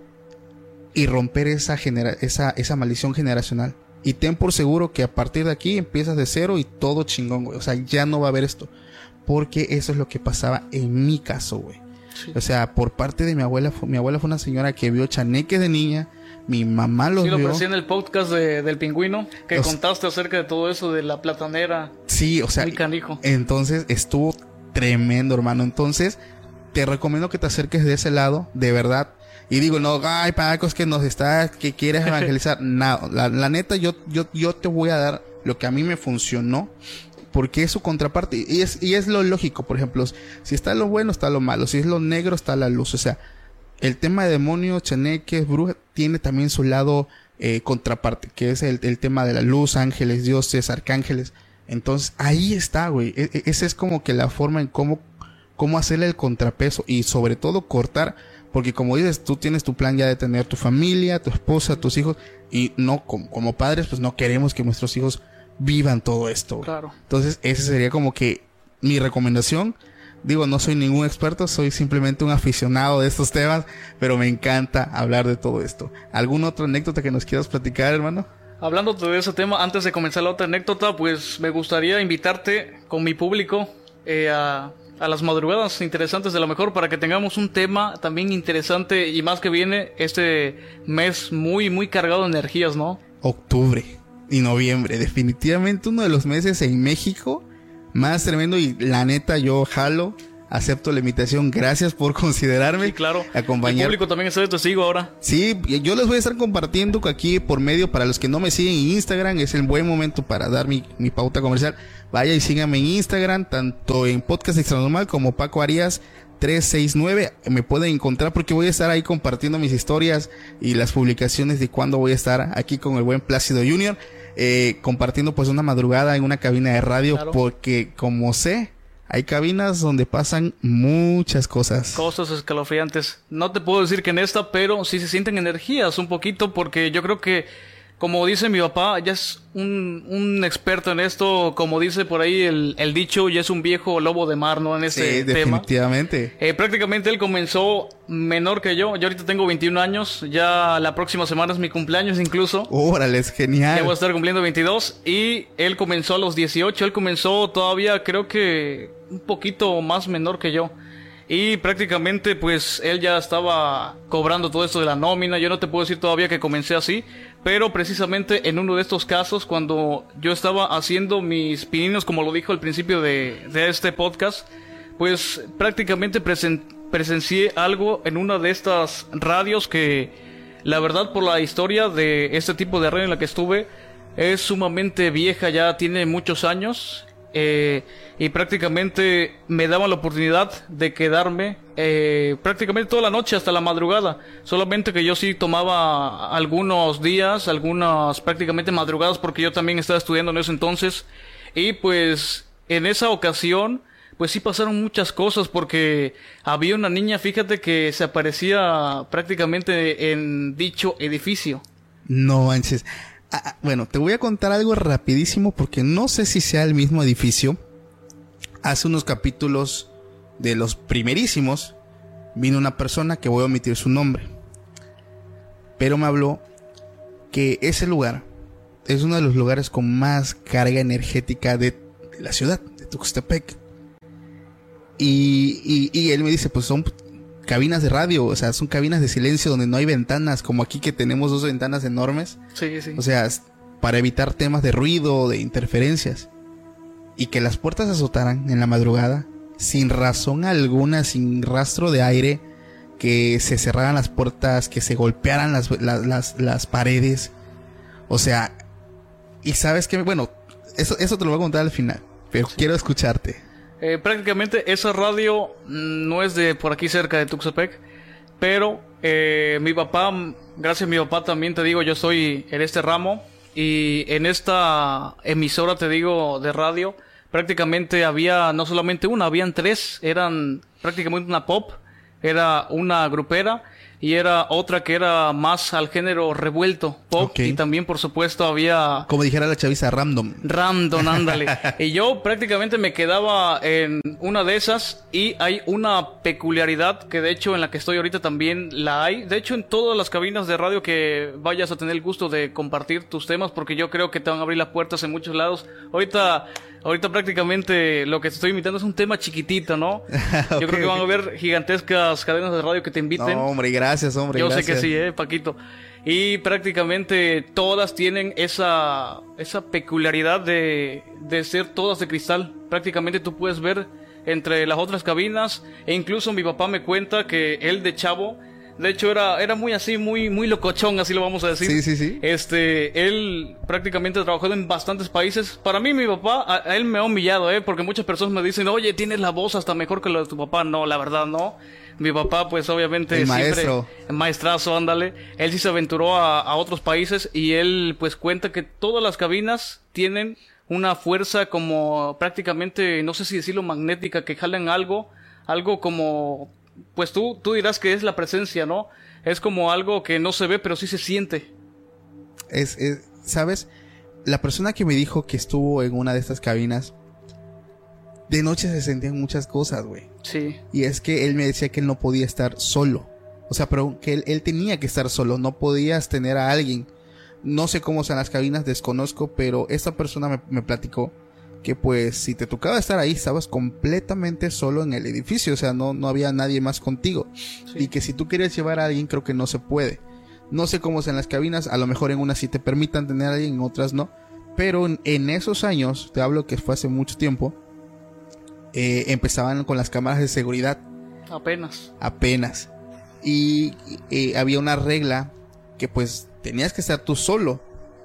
y romper esa maldición generacional. Y ten por seguro que a partir de aquí empiezas de cero y todo chingón, güey. O sea, ya no va a haber esto. Porque eso es lo que pasaba en mi caso, güey. Sí. O sea, por parte de mi abuela fue una señora que vio chaneques de niña. Mi mamá los vio. Sí, lo parecía en el podcast del Pingüino, que contaste acerca de todo eso de la platanera. Sí, o sea, muy canijo. Entonces estuvo tremendo, hermano. Entonces te recomiendo que te acerques de ese lado, de verdad. Y digo, no, ay, Paco, es que quieres evangelizar. No, la neta, yo te voy a dar lo que a mí me funcionó. Porque es su contraparte. Y es lo lógico. Por ejemplo, si está lo bueno, está lo malo. Si es lo negro, está la luz. O sea, el tema de demonios, chaneques, brujas, tiene también su lado contraparte. Que es el tema de la luz, ángeles, dioses, arcángeles. Entonces, ahí está, güey. Esa es como que la forma en cómo hacerle el contrapeso. Y sobre todo cortar. Porque como dices, tú tienes tu plan ya de tener tu familia, tu esposa, tus hijos. Y no, como padres, pues no queremos que nuestros hijos vivan todo esto. Claro. Entonces, esa sería como que mi recomendación. Digo, no soy ningún experto, soy simplemente un aficionado de estos temas, pero me encanta hablar de todo esto. ¿Alguna otra anécdota que nos quieras platicar, hermano? Hablando de ese tema, antes de comenzar la otra anécdota, pues me gustaría invitarte con mi público a las madrugadas interesantes de lo mejor, para que tengamos un tema también interesante, y más que viene este mes muy, muy cargado de energías, ¿no? Octubre y noviembre, definitivamente uno de los meses en México más tremendo, y la neta yo jalo, acepto la invitación, gracias por considerarme. Sí, claro. Acompañar. El público también está de testigo ahora. Sí, yo les voy a estar compartiendo aquí por medio, para los que no me siguen en Instagram, es el buen momento para dar mi pauta comercial. Vaya y síganme en Instagram, tanto en Podcast Extranormal como Paco Arias 369, me pueden encontrar porque voy a estar ahí compartiendo mis historias y las publicaciones de cuándo voy a estar aquí con el buen Plácido Junior, compartiendo pues una madrugada en una cabina de radio, claro. Porque como sé, hay cabinas donde pasan muchas cosas escalofriantes. No te puedo decir que en esta, pero sí se sienten energías un poquito, porque yo creo que, como dice mi papá, ya es un experto en esto. Como dice por ahí el dicho, ya es un viejo lobo de mar, ¿no? En este tema. Definitivamente. Prácticamente él comenzó menor que yo. Yo ahorita tengo 21 años. Ya la próxima semana es mi cumpleaños incluso. ¡Órale, es genial! Ya voy a estar cumpliendo 22. Y él comenzó a los 18. Él comenzó todavía, creo que un poquito más menor que yo. Y prácticamente pues él ya estaba cobrando todo esto de la nómina. Yo no te puedo decir todavía que comencé así, pero precisamente en uno de estos casos, cuando yo estaba haciendo mis pininos, como lo dijo al principio de este podcast, pues prácticamente presencié algo en una de estas radios que, la verdad, por la historia de este tipo de radio en la que estuve, es sumamente vieja, ya tiene muchos años. Y prácticamente me daban la oportunidad de quedarme prácticamente toda la noche hasta la madrugada. Solamente que yo sí tomaba algunos días, algunas prácticamente madrugadas, porque yo también estaba estudiando en ese entonces. Y pues en esa ocasión pues sí pasaron muchas cosas, porque había una niña, fíjate, que se aparecía prácticamente en dicho edificio. No manches. Bueno, te voy a contar algo rapidísimo, porque no sé si sea el mismo edificio. Hace unos capítulos de los primerísimos vino una persona, que voy a omitir su nombre, pero me habló que ese lugar es uno de los lugares con más carga energética de la ciudad de Tuxtepec. Y él me dice, pues son cabinas de radio, o sea, son cabinas de silencio donde no hay ventanas, como aquí que tenemos 2 ventanas enormes. Sí, sí. O sea, para evitar temas de ruido, de interferencias. Y que las puertas se azotaran en la madrugada, sin razón alguna, sin rastro de aire, que se cerraran las puertas, que se golpearan las paredes. O sea, y sabes que, bueno, eso te lo voy a contar al final, pero sí, quiero escucharte. Prácticamente esa radio no es de por aquí cerca de Tuxtepec, pero mi papá, gracias a mi papá también, te digo, yo estoy en este ramo, y en esta emisora, te digo, de radio, prácticamente había no solamente una, habían tres, eran prácticamente una pop, era una grupera y era otra que era más al género revuelto, pop, Ok. y también por supuesto había Como dijera la chaviza, random. random, ándale. Y yo prácticamente me quedaba en una de esas y hay una peculiaridad que de hecho en la que estoy ahorita también la hay. De hecho en todas las cabinas de radio que vayas a tener el gusto de compartir tus temas, porque yo creo que te van a abrir las puertas en muchos lados. Ahorita prácticamente lo que te estoy invitando es un tema chiquitito, ¿no? Ok, Yo creo que van a ok. haber gigantescas cadenas de radio que te inviten. No, hombre, gracias, hombre. Yo gracias. sé que sí, Paquito. Y prácticamente todas tienen esa peculiaridad de ser todas de cristal. Prácticamente tú puedes ver entre las otras cabinas. E incluso mi papá me cuenta que él de chavo, de hecho era muy así, muy locochón, así lo vamos a decir. Sí, sí, sí. Él prácticamente ha trabajado en bastantes países. Para mí, mi papá, a él me ha humillado, porque muchas personas me dicen, oye, tienes la voz hasta mejor que la de tu papá. No, la verdad, no. Mi papá, pues, obviamente, El siempre... maestro. Maestrazo, ándale. Él sí se aventuró a otros países y él, pues, cuenta que todas las cabinas tienen una fuerza como prácticamente, no sé si decirlo, magnética, que jalan algo como... Pues tú dirás que es la presencia, ¿no? Es como algo que no se ve, pero sí se siente. ¿Sabes? La persona que me dijo que estuvo en una de estas cabinas, de noche se sentían muchas cosas, güey. Sí. Y es que él me decía que él no podía estar solo. O sea, pero que él tenía que estar solo. No podías tener a alguien. No sé cómo son las cabinas, desconozco, pero esta persona me platicó que pues si te tocaba estar ahí, estabas completamente solo en el edificio. O sea, no había nadie más contigo. Sí. Y que si tú querías llevar a alguien, creo que no se puede. No sé cómo son las cabinas. A lo mejor en unas sí te permitan tener a alguien, en otras no. Pero en esos años, te hablo que fue hace mucho tiempo, empezaban con las cámaras de seguridad. Apenas. Y había una regla que pues tenías que estar tú solo.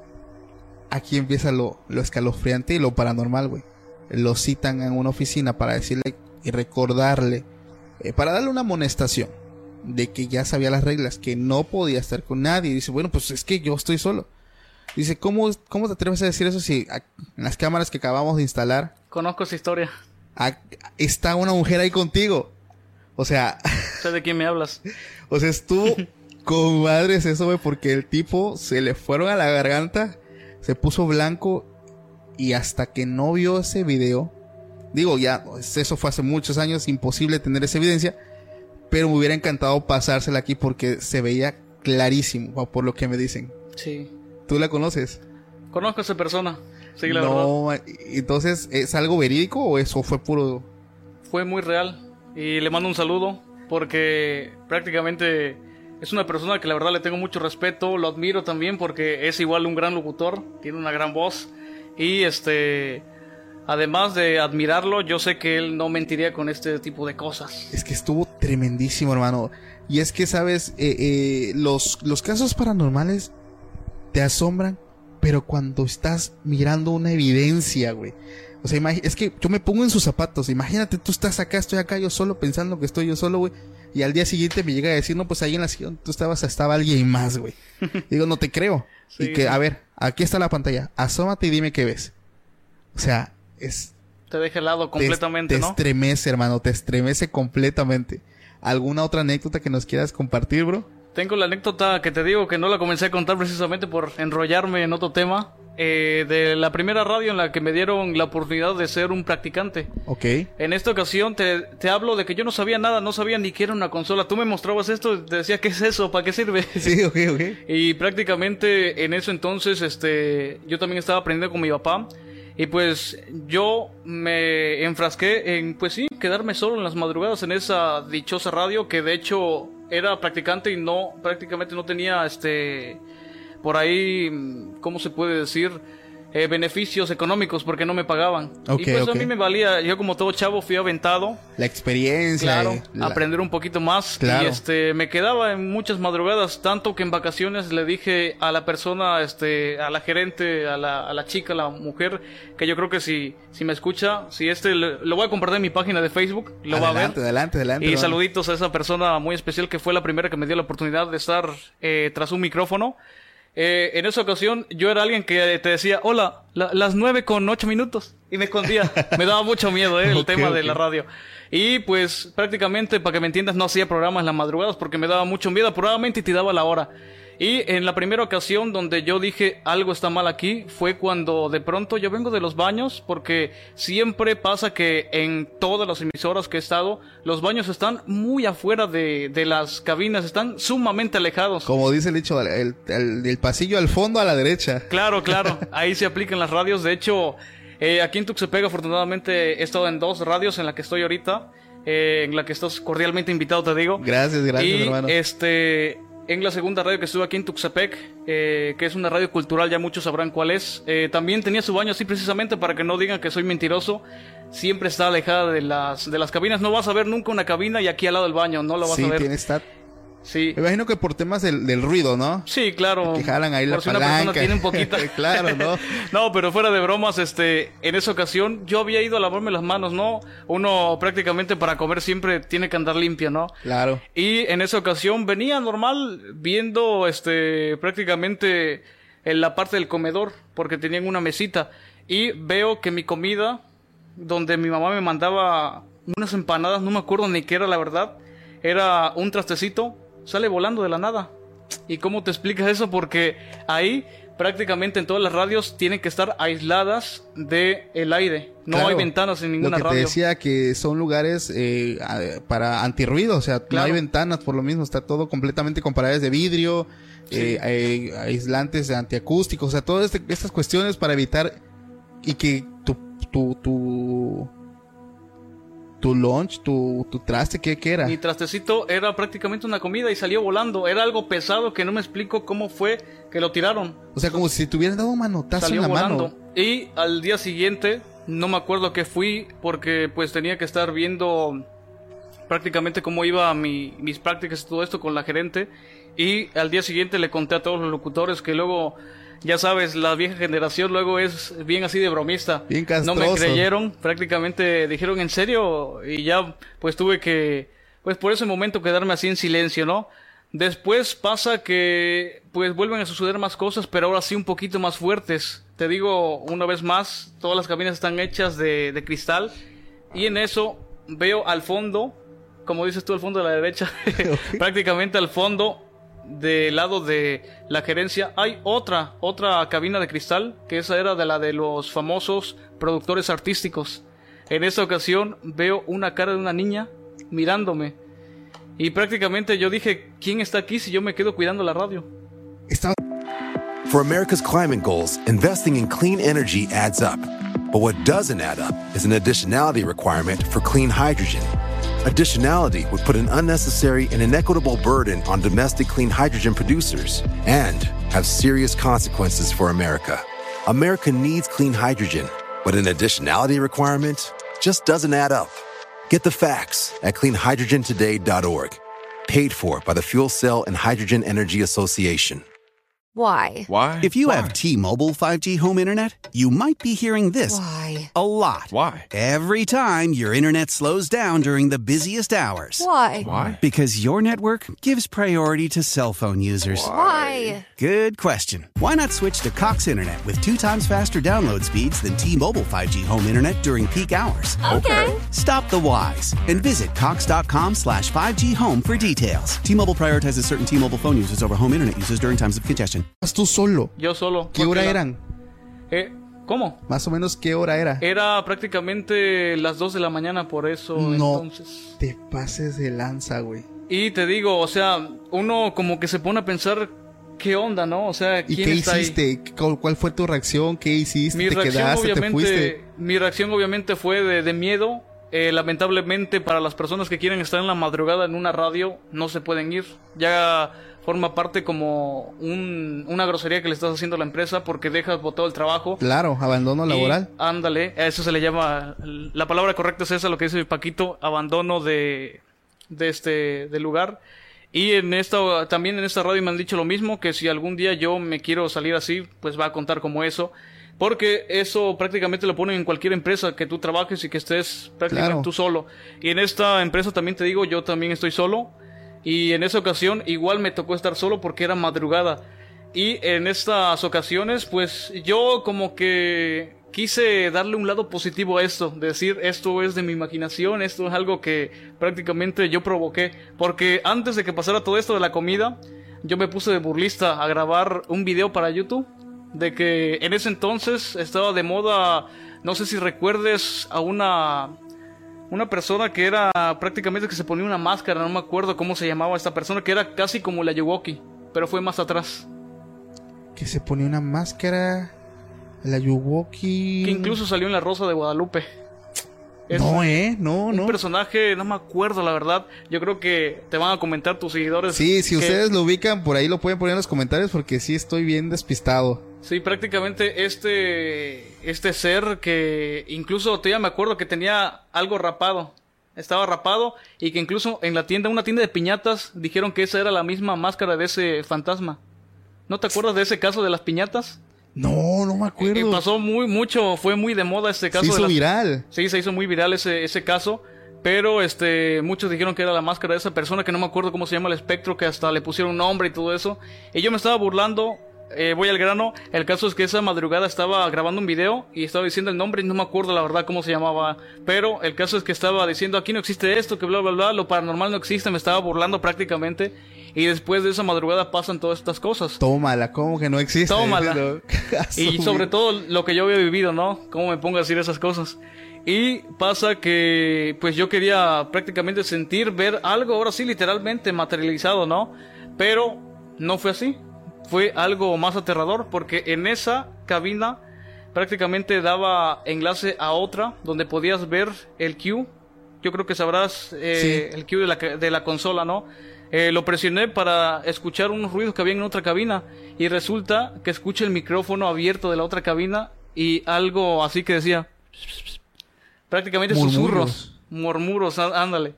Aquí empieza lo escalofriante y lo paranormal, güey. Lo citan en una oficina para decirle y recordarle, para darle una amonestación de que ya sabía las reglas, que no podía estar con nadie. Y dice, bueno, pues es que yo estoy solo. Dice, ¿cómo te atreves a decir eso si en las cámaras que acabamos de instalar Conozco esa historia. está una mujer ahí contigo? O sea... Sé de quién me hablas. O sea, estuvo con madres eso, güey, porque el tipo se le fueron a la garganta, se puso blanco y hasta que no vio ese video, digo, ya, eso fue hace muchos años, imposible tener esa evidencia, pero me hubiera encantado pasársela aquí porque se veía clarísimo, por lo que me dicen. Sí. ¿Tú la conoces? Conozco a esa persona. Sí, la verdad. No, entonces, ¿es algo verídico o eso fue puro...? Fue muy real. Y le mando un saludo porque prácticamente es una persona que la verdad le tengo mucho respeto, lo admiro también porque es igual un gran locutor, tiene una gran voz y además de admirarlo, yo sé que él no mentiría con este tipo de cosas. Es que estuvo tremendísimo, hermano. Y es que, ¿sabes? Los casos paranormales te asombran, pero cuando estás mirando una evidencia, güey. O sea, es que yo me pongo en sus zapatos. Imagínate, tú estás acá, estoy acá yo solo, pensando que estoy yo solo, güey. Y al día siguiente me llega a decir, no, pues ahí en la silla tú estaba alguien más, güey. Digo, no te creo. Sí, y que, sí. a ver, aquí está la pantalla. Asómate y dime qué ves. O sea, Te deja helado completamente, te ¿no? estremece, hermano, te estremece completamente. ¿Alguna otra anécdota que nos quieras compartir, bro? Tengo la anécdota que te digo que no la comencé a contar precisamente por enrollarme en otro tema. De la primera radio en la que me dieron la oportunidad de ser un practicante. Ok. En esta ocasión te hablo de que yo no sabía nada, no sabía ni qué era una consola. Tú me mostrabas esto y te decía, ¿qué es eso? ¿Para qué sirve? Sí, ok. Y prácticamente en eso entonces, yo también estaba aprendiendo con mi papá. Y pues yo me enfrasqué en, pues sí, quedarme solo en las madrugadas en esa dichosa radio que de hecho era practicante y prácticamente no tenía por ahí, ¿cómo se puede decir? Beneficios económicos porque no me pagaban. Ok, y pues ok. a mí me valía, yo como todo chavo fui aventado. La experiencia. Claro, aprender un poquito más. Claro. Y me quedaba en muchas madrugadas, tanto que en vacaciones le dije a la persona, a la gerente, a la chica, a la mujer, que yo creo que si me escucha, si lo voy a compartir en mi página de Facebook, lo va a ver. Adelante. Y hermano. saluditos a esa persona muy especial que fue la primera que me dio la oportunidad de estar tras un micrófono. En esa ocasión yo era alguien que te decía, hola, las 9:08. Y me escondía. Me daba mucho miedo, el tema de la radio. Y pues prácticamente, para que me entiendas, no hacía programas en las madrugadas porque me daba mucho miedo. Probablemente te daba la hora. Y en la primera ocasión donde yo dije algo está mal aquí fue cuando de pronto yo vengo de los baños, porque siempre pasa que en todas las emisoras que he estado, los baños están muy afuera de las cabinas, están sumamente alejados. Como dice el dicho, el pasillo al fondo a la derecha. Claro, ahí se aplican las radios. De hecho, aquí en Tuxtepec afortunadamente he estado en 2 radios en la que estoy ahorita, en la que estás cordialmente invitado, te digo. Gracias, hermano. En la segunda radio que estuve aquí en Tuxtepec, que es una radio cultural, ya muchos sabrán cuál es, también tenía su baño así precisamente para que no digan que soy mentiroso. Siempre está alejada de las cabinas. No vas a ver nunca una cabina y aquí al lado del baño, no lo vas a ver. Sí, tiene estar. Sí. Me imagino que por temas del ruido, ¿no? Sí, claro. Que jalan ahí la si palanca. Una persona tiene un poquito. Claro, ¿no? No, pero fuera de bromas, en esa ocasión yo había ido a lavarme las manos, ¿no? Uno prácticamente para comer siempre tiene que andar limpio, ¿no? Claro. Y en esa ocasión venía normal viendo, prácticamente en la parte del comedor, porque tenían una mesita. Y veo que mi comida, donde mi mamá me mandaba unas empanadas, no me acuerdo ni qué era la verdad, era un trastecito, sale volando de la nada. ¿Y cómo te explicas eso? Porque ahí prácticamente en todas las radios tienen que estar aisladas del aire. No claro, hay ventanas en ninguna radio. radio. Te decía que son lugares para antirruido, o sea, claro. No hay ventanas por lo mismo, está todo completamente con paredes de vidrio, sí. Aislantes antiacústicos, o sea, todas estas cuestiones para evitar y que tu lunch, tu traste, ¿qué era? Mi trastecito era prácticamente una comida y salió volando. Era algo pesado que no me explico cómo fue que lo tiraron. O sea, como si te hubieran dado un manotazo salió en la volando. Mano. Y al día siguiente, no me acuerdo qué fui, porque pues tenía que estar viendo prácticamente cómo iba mis prácticas y todo esto con la gerente. Y al día siguiente le conté a todos los locutores que luego... Ya sabes, la vieja generación luego es bien así de bromista. Bien castroso. No me creyeron, prácticamente dijeron ¿en serio? Y ya pues tuve que, pues por ese momento quedarme así en silencio, ¿no? Después pasa que pues vuelven a suceder más cosas, pero ahora sí un poquito más fuertes. Te digo una vez más, todas las cabinas están hechas de cristal. Y en eso veo al fondo, como dices tú, al fondo de la derecha, prácticamente al fondo... del lado de la gerencia hay otra cabina de cristal, que esa era de la de los famosos productores artísticos. En esta ocasión veo una cara de una niña mirándome y prácticamente yo dije, ¿quién está aquí si yo me quedo cuidando la radio? For America's climate goals, investing in clean energy adds up. But what doesn't add up is an additionality requirement for clean hydrogen. Additionality would put an unnecessary and inequitable burden on domestic clean hydrogen producers and have serious consequences for America. America needs clean hydrogen, but an additionality requirement just doesn't add up. Get the facts at cleanhydrogentoday.org. Paid for by the Fuel Cell and Hydrogen Energy Association. Why? If you have T-Mobile 5G home internet, you might be hearing this Why? a lot. Why? Every time your internet slows down during the busiest hours. Why? Because your network gives priority to cell phone users. Why? Good question. Why not switch to Cox Internet with 2 times faster download speeds than T-Mobile 5G home internet during peak hours? Okay. Stop the whys and visit cox.com/5G home for details. T-Mobile prioritizes certain T-Mobile phone users over home internet users during times of congestion. ¿Estás tú solo? Yo solo. ¿Qué hora eran? ¿Cómo? Más o menos, ¿qué hora era? Era prácticamente las 2 de la mañana, por eso no entonces. Te pases de lanza, güey. Y te digo, o sea, uno como que se pone a pensar, ¿qué onda, no? O sea, ¿quién ¿Y qué está hiciste? ahí? ¿Cuál fue tu reacción? ¿Qué hiciste? Mi ¿Te quedaste? ¿Te fuiste? Mi reacción obviamente fue de miedo. Lamentablemente para las personas que quieren estar en la madrugada en una radio, no se pueden ir. Ya forma parte como una grosería que le estás haciendo a la empresa porque dejas botado el trabajo. Claro, abandono laboral. Ándale, a eso se le llama, la palabra correcta es esa, lo que dice Paquito, abandono del lugar. Y también en esta radio me han dicho lo mismo, que si algún día yo me quiero salir así, pues va a contar como eso. Porque eso prácticamente lo ponen en cualquier empresa que tú trabajes y que estés prácticamente claro. Tú solo. Y en esta empresa también te digo, yo también estoy solo. Y en esa ocasión igual me tocó estar solo porque era madrugada. Y en estas ocasiones, pues yo como que quise darle un lado positivo a esto, decir esto es de mi imaginación, esto es algo que prácticamente yo provoqué, porque antes de que pasara todo esto de la comida, yo me puse de burlista a grabar un video para YouTube, de que en ese entonces estaba de moda, no sé si recuerdes a una persona que era prácticamente que se ponía una máscara, no me acuerdo cómo se llamaba esta persona, que era casi como la Yuwoki, pero fue más atrás. Que se ponía una máscara, la Yuwoki. Que incluso salió en La Rosa de Guadalupe. No. Un personaje, no me acuerdo la verdad. Yo creo que te van a comentar tus seguidores. Sí, si ustedes lo ubican, por ahí lo pueden poner en los comentarios porque sí estoy bien despistado. Sí, prácticamente este ser que incluso todavía me acuerdo que tenía algo rapado. Estaba rapado y que incluso en una tienda de piñatas, dijeron que esa era la misma máscara de ese fantasma. ¿No te acuerdas de ese caso de las piñatas? No me acuerdo. Pasó mucho, fue muy de moda este caso. Se hizo viral. Sí, se hizo muy viral ese caso. Pero muchos dijeron que era la máscara de esa persona, que no me acuerdo cómo se llama, el espectro, que hasta le pusieron un nombre y todo eso. Y yo me estaba burlando. Voy al grano. El caso es que esa madrugada estaba grabando un video y estaba diciendo el nombre y no me acuerdo la verdad cómo se llamaba. Pero el caso es que estaba diciendo aquí no existe esto, que bla bla bla, lo paranormal no existe. Me estaba burlando prácticamente. Y después de esa madrugada pasan todas estas cosas. Tómala, ¿cómo que no existe? Tómala. Y sobre todo lo que yo había vivido, ¿no? ¿Cómo me pongo a decir esas cosas? Y pasa que pues yo quería prácticamente ver algo, ahora sí literalmente materializado, ¿no? Pero no fue así. Fue algo más aterrador porque en esa cabina prácticamente daba enlace a otra donde podías ver el Q. Yo creo que sabrás Sí. el Q de la consola, ¿no? Lo presioné para escuchar unos ruidos que había en otra cabina y resulta que escuché el micrófono abierto de la otra cabina y algo así que decía prácticamente susurros, murmuros, ándale.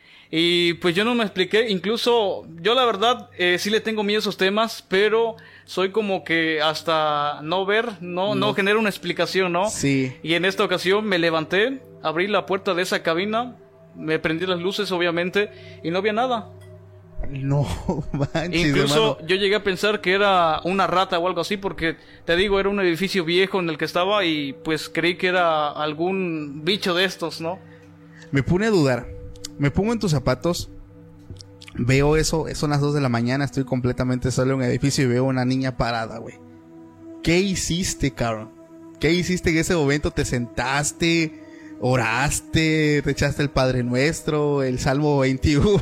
Y pues yo no me expliqué, incluso yo la verdad sí le tengo miedo a esos temas, pero soy como que hasta no ver, no genera una explicación, ¿no? Sí. Y en esta ocasión me levanté, abrí la puerta de esa cabina, me prendí las luces obviamente y no había nada. No manches, Incluso hermano. yo llegué a pensar que era una rata o algo así, porque te digo, era un edificio viejo en el que estaba y pues creí que era algún bicho de estos, ¿no? Me pone a dudar. Me pongo en tus zapatos. Veo eso, son las 2 de la mañana, estoy completamente solo en el edificio y veo una niña parada, güey. ¿Qué hiciste, cabrón? ¿Qué hiciste en ese momento? ¿Te sentaste? ¿Oraste? ¿Te echaste el Padre Nuestro? ¿El Salmo 21?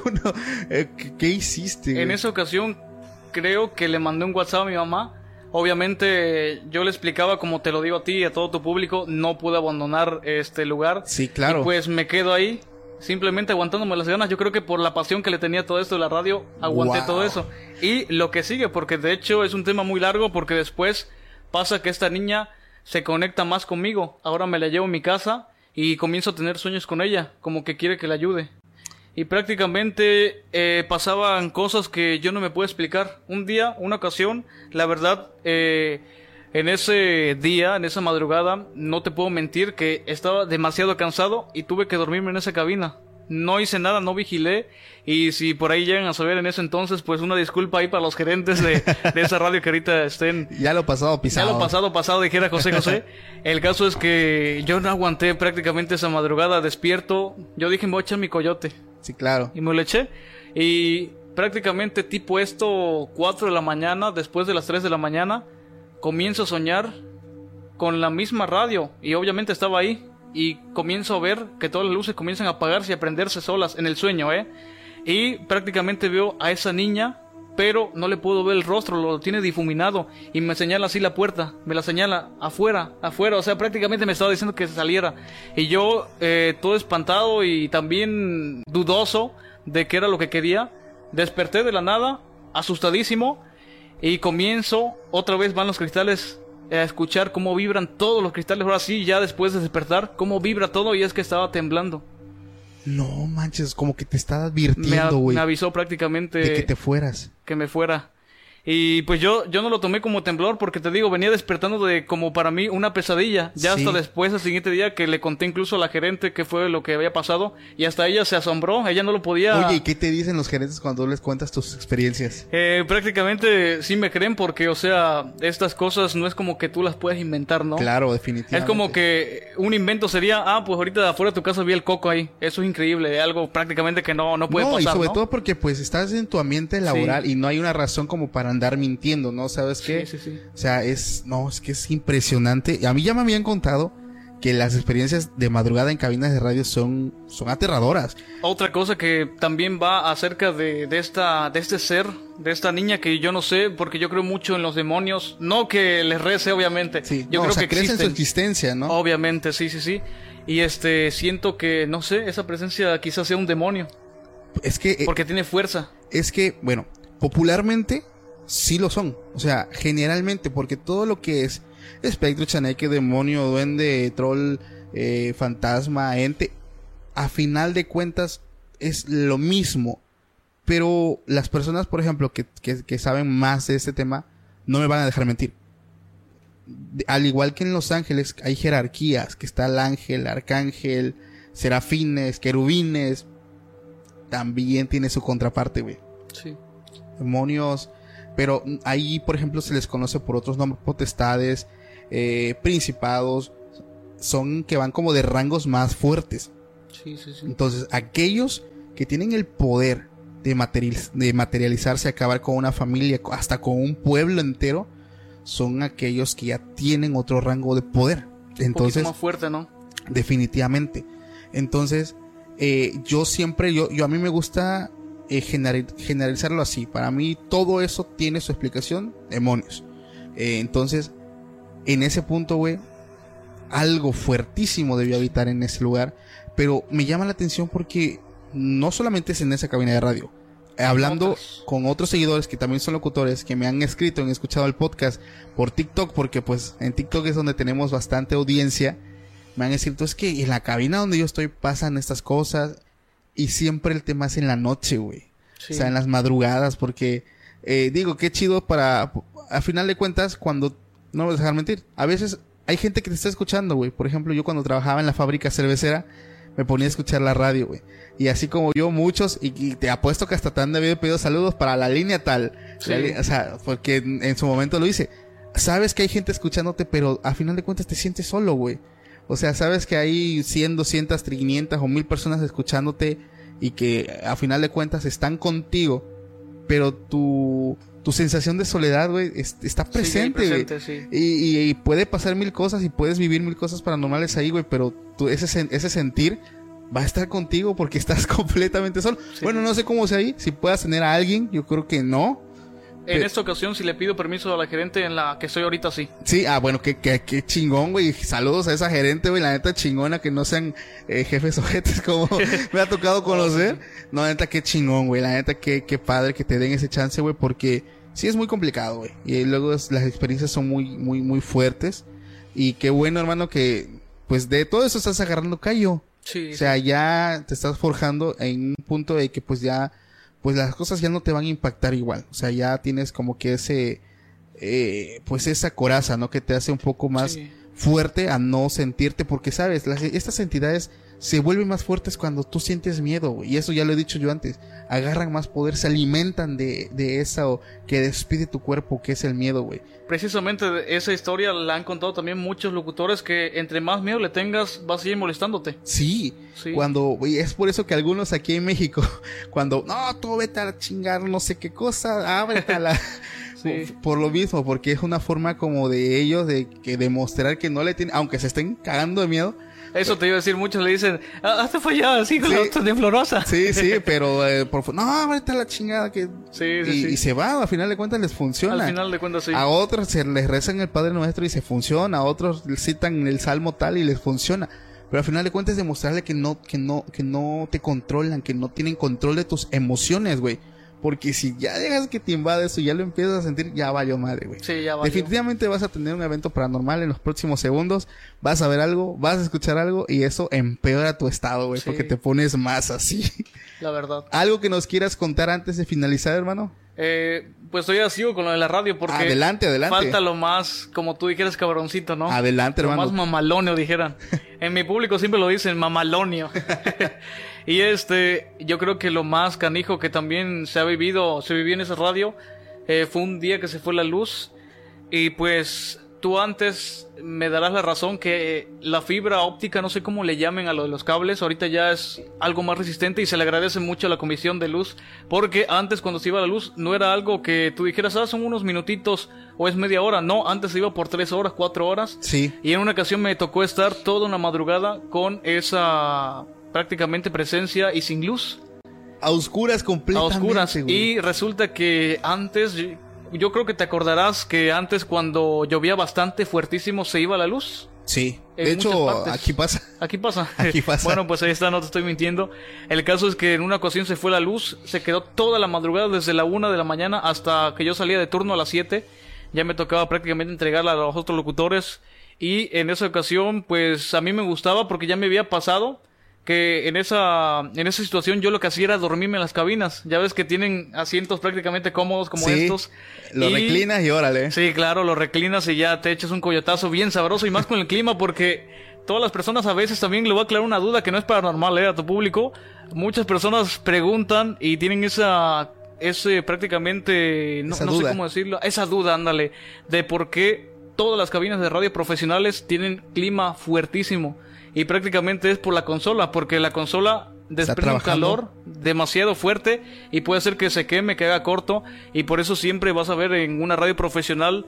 ¿Qué hiciste? En esa ocasión creo que le mandé un WhatsApp a mi mamá. Obviamente yo le explicaba, como te lo digo a ti y a todo tu público, no pude abandonar este lugar. Sí, claro. Y pues me quedo ahí, simplemente aguantándome las ganas. Yo creo que por la pasión que le tenía a todo esto de la radio, aguanté todo eso. Y lo que sigue, porque de hecho es un tema muy largo, porque después pasa que esta niña se conecta más conmigo. Ahora me la llevo a mi casa y comienzo a tener sueños con ella, como que quiere que la ayude. Y prácticamente pasaban cosas que yo no me puedo explicar. Una ocasión, la verdad, en ese día, en esa madrugada, no te puedo mentir que estaba demasiado cansado y tuve que dormirme en esa cabina. No hice nada, no vigilé. Y si por ahí llegan a saber en ese entonces, pues una disculpa ahí para los gerentes de esa radio que ahorita estén... Ya lo pasado pisado. Ya lo pasado, dijera José. El caso es que yo no aguanté prácticamente esa madrugada despierto. Yo dije, me voy a echar mi coyote. Sí, claro. Y me lo eché. Y prácticamente tipo 4 de la mañana, después de las 3 de la mañana, comienzo a soñar con la misma radio. Y obviamente estaba ahí. Y comienzo a ver que todas las luces comienzan a apagarse y a prenderse solas en el sueño, Y prácticamente veo a esa niña, pero no le puedo ver el rostro, lo tiene difuminado. Y me señala así la puerta, me la señala afuera. O sea, prácticamente me estaba diciendo que saliera. Y yo, todo espantado y también dudoso de qué era lo que quería, desperté de la nada, asustadísimo. Y comienzo, otra vez van los cristales a escuchar cómo vibran todos los cristales. Ahora sí, ya después de despertar, cómo vibra todo, y es que estaba temblando. No manches, como que te estaba advirtiendo, güey. Me avisó prácticamente de que te fueras. Que me fuera. Y pues yo no lo tomé como temblor porque te digo, venía despertando de como para mí una pesadilla. Ya Sí. hasta después, al siguiente día, que le conté incluso a la gerente qué fue lo que había pasado. Y hasta ella se asombró, ella no lo podía... Oye, ¿y qué te dicen los gerentes cuando les cuentas tus experiencias? Prácticamente sí me creen porque, o sea, estas cosas no es como que tú las puedes inventar, ¿no? Claro, definitivamente. Es como que un invento sería, pues ahorita de afuera de tu casa vi el coco ahí. Eso es increíble, algo prácticamente que no puede No, pasar, y sobre ¿no? todo porque pues estás en tu ambiente laboral y no hay una razón como para andar mintiendo, ¿no? ¿Sabes qué? Sí. O sea, es que es impresionante. A mí ya me habían contado que las experiencias de madrugada en cabinas de radio son aterradoras. Otra cosa que también va acerca de este ser, de esta niña que yo no sé, porque yo creo mucho en los demonios. No que les rece, obviamente. Sí, yo no, creo o sea, que crees en su existen. existencia, ¿no? Obviamente, sí. Y siento que, no sé, esa presencia quizás sea un demonio, Es que porque tiene fuerza. bueno, popularmente sí lo son. O sea, generalmente, porque todo lo que es espectro, chaneque, demonio, duende, troll, fantasma, ente, a final de cuentas es lo mismo. Pero las personas, por ejemplo, que saben más de este tema, no me van a dejar mentir. Al igual que en Los Ángeles hay jerarquías, que está el ángel, arcángel, serafines, querubines, también tiene su contraparte, güey. Sí. Demonios, pero ahí, por ejemplo, se les conoce por otros nombres, potestades, principados, son que van como de rangos más fuertes. Sí. Entonces, aquellos que tienen el poder de materializarse, acabar con una familia, hasta con un pueblo entero, son aquellos que ya tienen otro rango de poder. Un Entonces, poquito más fuerte, ¿no? definitivamente. Entonces, yo a mí me gusta generalizarlo así. Para mí todo eso tiene su explicación, demonios. Entonces, en ese punto, güey, algo fuertísimo debió habitar en ese lugar. Pero me llama la atención porque no solamente es en esa cabina de radio. Hablando con otros seguidores que también son locutores, que me han escrito, han escuchado el podcast por TikTok, porque pues en TikTok es donde tenemos bastante audiencia. Me han escrito, es que en la cabina donde yo estoy pasan estas cosas. Y siempre el tema es en la noche, güey. Sí. O sea, en las madrugadas, porque digo, qué chido a final de cuentas, cuando, no me voy a dejar mentir, a veces hay gente que te está escuchando, güey. Por ejemplo, yo cuando trabajaba en la fábrica cervecera, me ponía a escuchar la radio, güey. Y así como yo, muchos, y te apuesto que hasta te han debido pedir saludos para la línea tal. Sí. O sea, porque en su momento lo hice. Sabes que hay gente escuchándote, pero a final de cuentas te sientes solo, güey. O sea, sabes que hay 100, 200, 500 o 1000 personas escuchándote y que a final de cuentas están contigo, pero tu sensación de soledad, güey, está presente, güey. Sí. Y puede pasar 1000 cosas y puedes vivir 1000 cosas paranormales ahí, güey, pero ese sentir va a estar contigo porque estás completamente solo. Sí. Bueno, no sé cómo sea ahí, si puedas tener a alguien, yo creo que no. En esta ocasión, si le pido permiso a la gerente en la que estoy ahorita, sí. Sí, bueno, qué chingón, güey. Saludos a esa gerente, güey. La neta chingona, que no sean jefes ojetes como me ha tocado conocer. No, la neta, qué chingón, güey. La neta, qué padre que te den ese chance, güey, porque sí es muy complicado, güey. Y luego las experiencias son muy fuertes. Y qué bueno, hermano, que pues de todo eso estás agarrando callo. Sí. O sea, ya te estás forjando en un punto de que pues ya, pues las cosas ya no te van a impactar igual. O sea, ya tienes como que pues esa coraza, ¿no? Que te hace un poco más fuerte a no sentirte, porque sabes, estas entidades se vuelven más fuertes cuando tú sientes miedo, güey. Y eso ya lo he dicho yo antes. Agarran más poder, se alimentan de eso que despide tu cuerpo, que es el miedo, güey. Precisamente esa historia la han contado también muchos locutores, que entre más miedo le tengas, vas a seguir molestándote. Sí. Güey, es por eso que algunos aquí en México, cuando, no, tú vete a chingar no sé qué cosa, ábrete a la... Sí. Por lo mismo, porque es una forma como de ellos de demostrar que no le tienen, aunque se estén cagando de miedo. Eso te iba a decir, muchos le dicen, hazte fallada, así con la otra temblorosa. Sí, pero no, vete a la chingada que... Y se va, al final de cuentas les funciona. Al final de cuentas sí. A otros se les rezan el Padre Nuestro y se funciona, a otros les citan el Salmo tal y les funciona. Pero al final de cuentas es demostrarle que no te controlan, que no tienen control de tus emociones, güey. Porque si ya dejas que te invade eso y ya lo empiezas a sentir, ya valió madre, güey. Sí, ya valió. Definitivamente vas a tener un evento paranormal en los próximos segundos. Vas a ver algo, vas a escuchar algo y eso empeora tu estado, güey. Sí. Porque te pones más así. La verdad. ¿Algo que nos quieras contar antes de finalizar, hermano? Pues todavía sigo con lo de la radio porque... Adelante. Falta lo más, como tú dijeras, cabroncito, ¿no? Adelante, lo hermano. Lo más mamalonio, dijeran. En mi público siempre lo dicen, mamalonio. Y yo creo que lo más canijo que también se vivió en esa radio, fue un día que se fue la luz. Y pues tú antes me darás la razón que la fibra óptica, no sé cómo le llamen a lo de los cables, ahorita ya es algo más resistente y se le agradece mucho a la Comisión de Luz, porque antes cuando se iba la luz no era algo que tú dijeras, son unos minutitos o es media hora, no, antes se iba por 3 horas, 4 horas. Sí. Y en una ocasión me tocó estar toda una madrugada con esa prácticamente presencia y sin luz. A oscuras completamente. A oscuras. Güey. Y resulta que antes... Yo creo que te acordarás que antes cuando llovía bastante fuertísimo se iba la luz. Sí. En De hecho, muchas partes. aquí pasa. Aquí pasa. Aquí pasa. Bueno, pues ahí está, no te estoy mintiendo. El caso es que en una ocasión se fue la luz, se quedó toda la madrugada desde la 1 de la mañana hasta que yo salía de turno a las 7. Ya me tocaba prácticamente entregarla a los otros locutores. Y en esa ocasión, pues a mí me gustaba porque ya me había pasado que en esa situación yo lo que hacía era dormirme en las cabinas. Ya ves que tienen asientos prácticamente cómodos como Sí, estos. lo reclinas y órale. Sí, claro, lo reclinas y ya te echas un coyotazo bien sabroso y más con el clima porque todas las personas a veces también le voy a aclarar una duda que no es paranormal, a tu público. Muchas personas preguntan y tienen ese prácticamente, no sé cómo decirlo, esa duda, ándale, de por qué todas las cabinas de radio profesionales tienen clima fuertísimo. Y prácticamente es por la consola, porque la consola desprende un calor demasiado fuerte y puede hacer que se queme, que haga corto. Y por eso siempre vas a ver en una radio profesional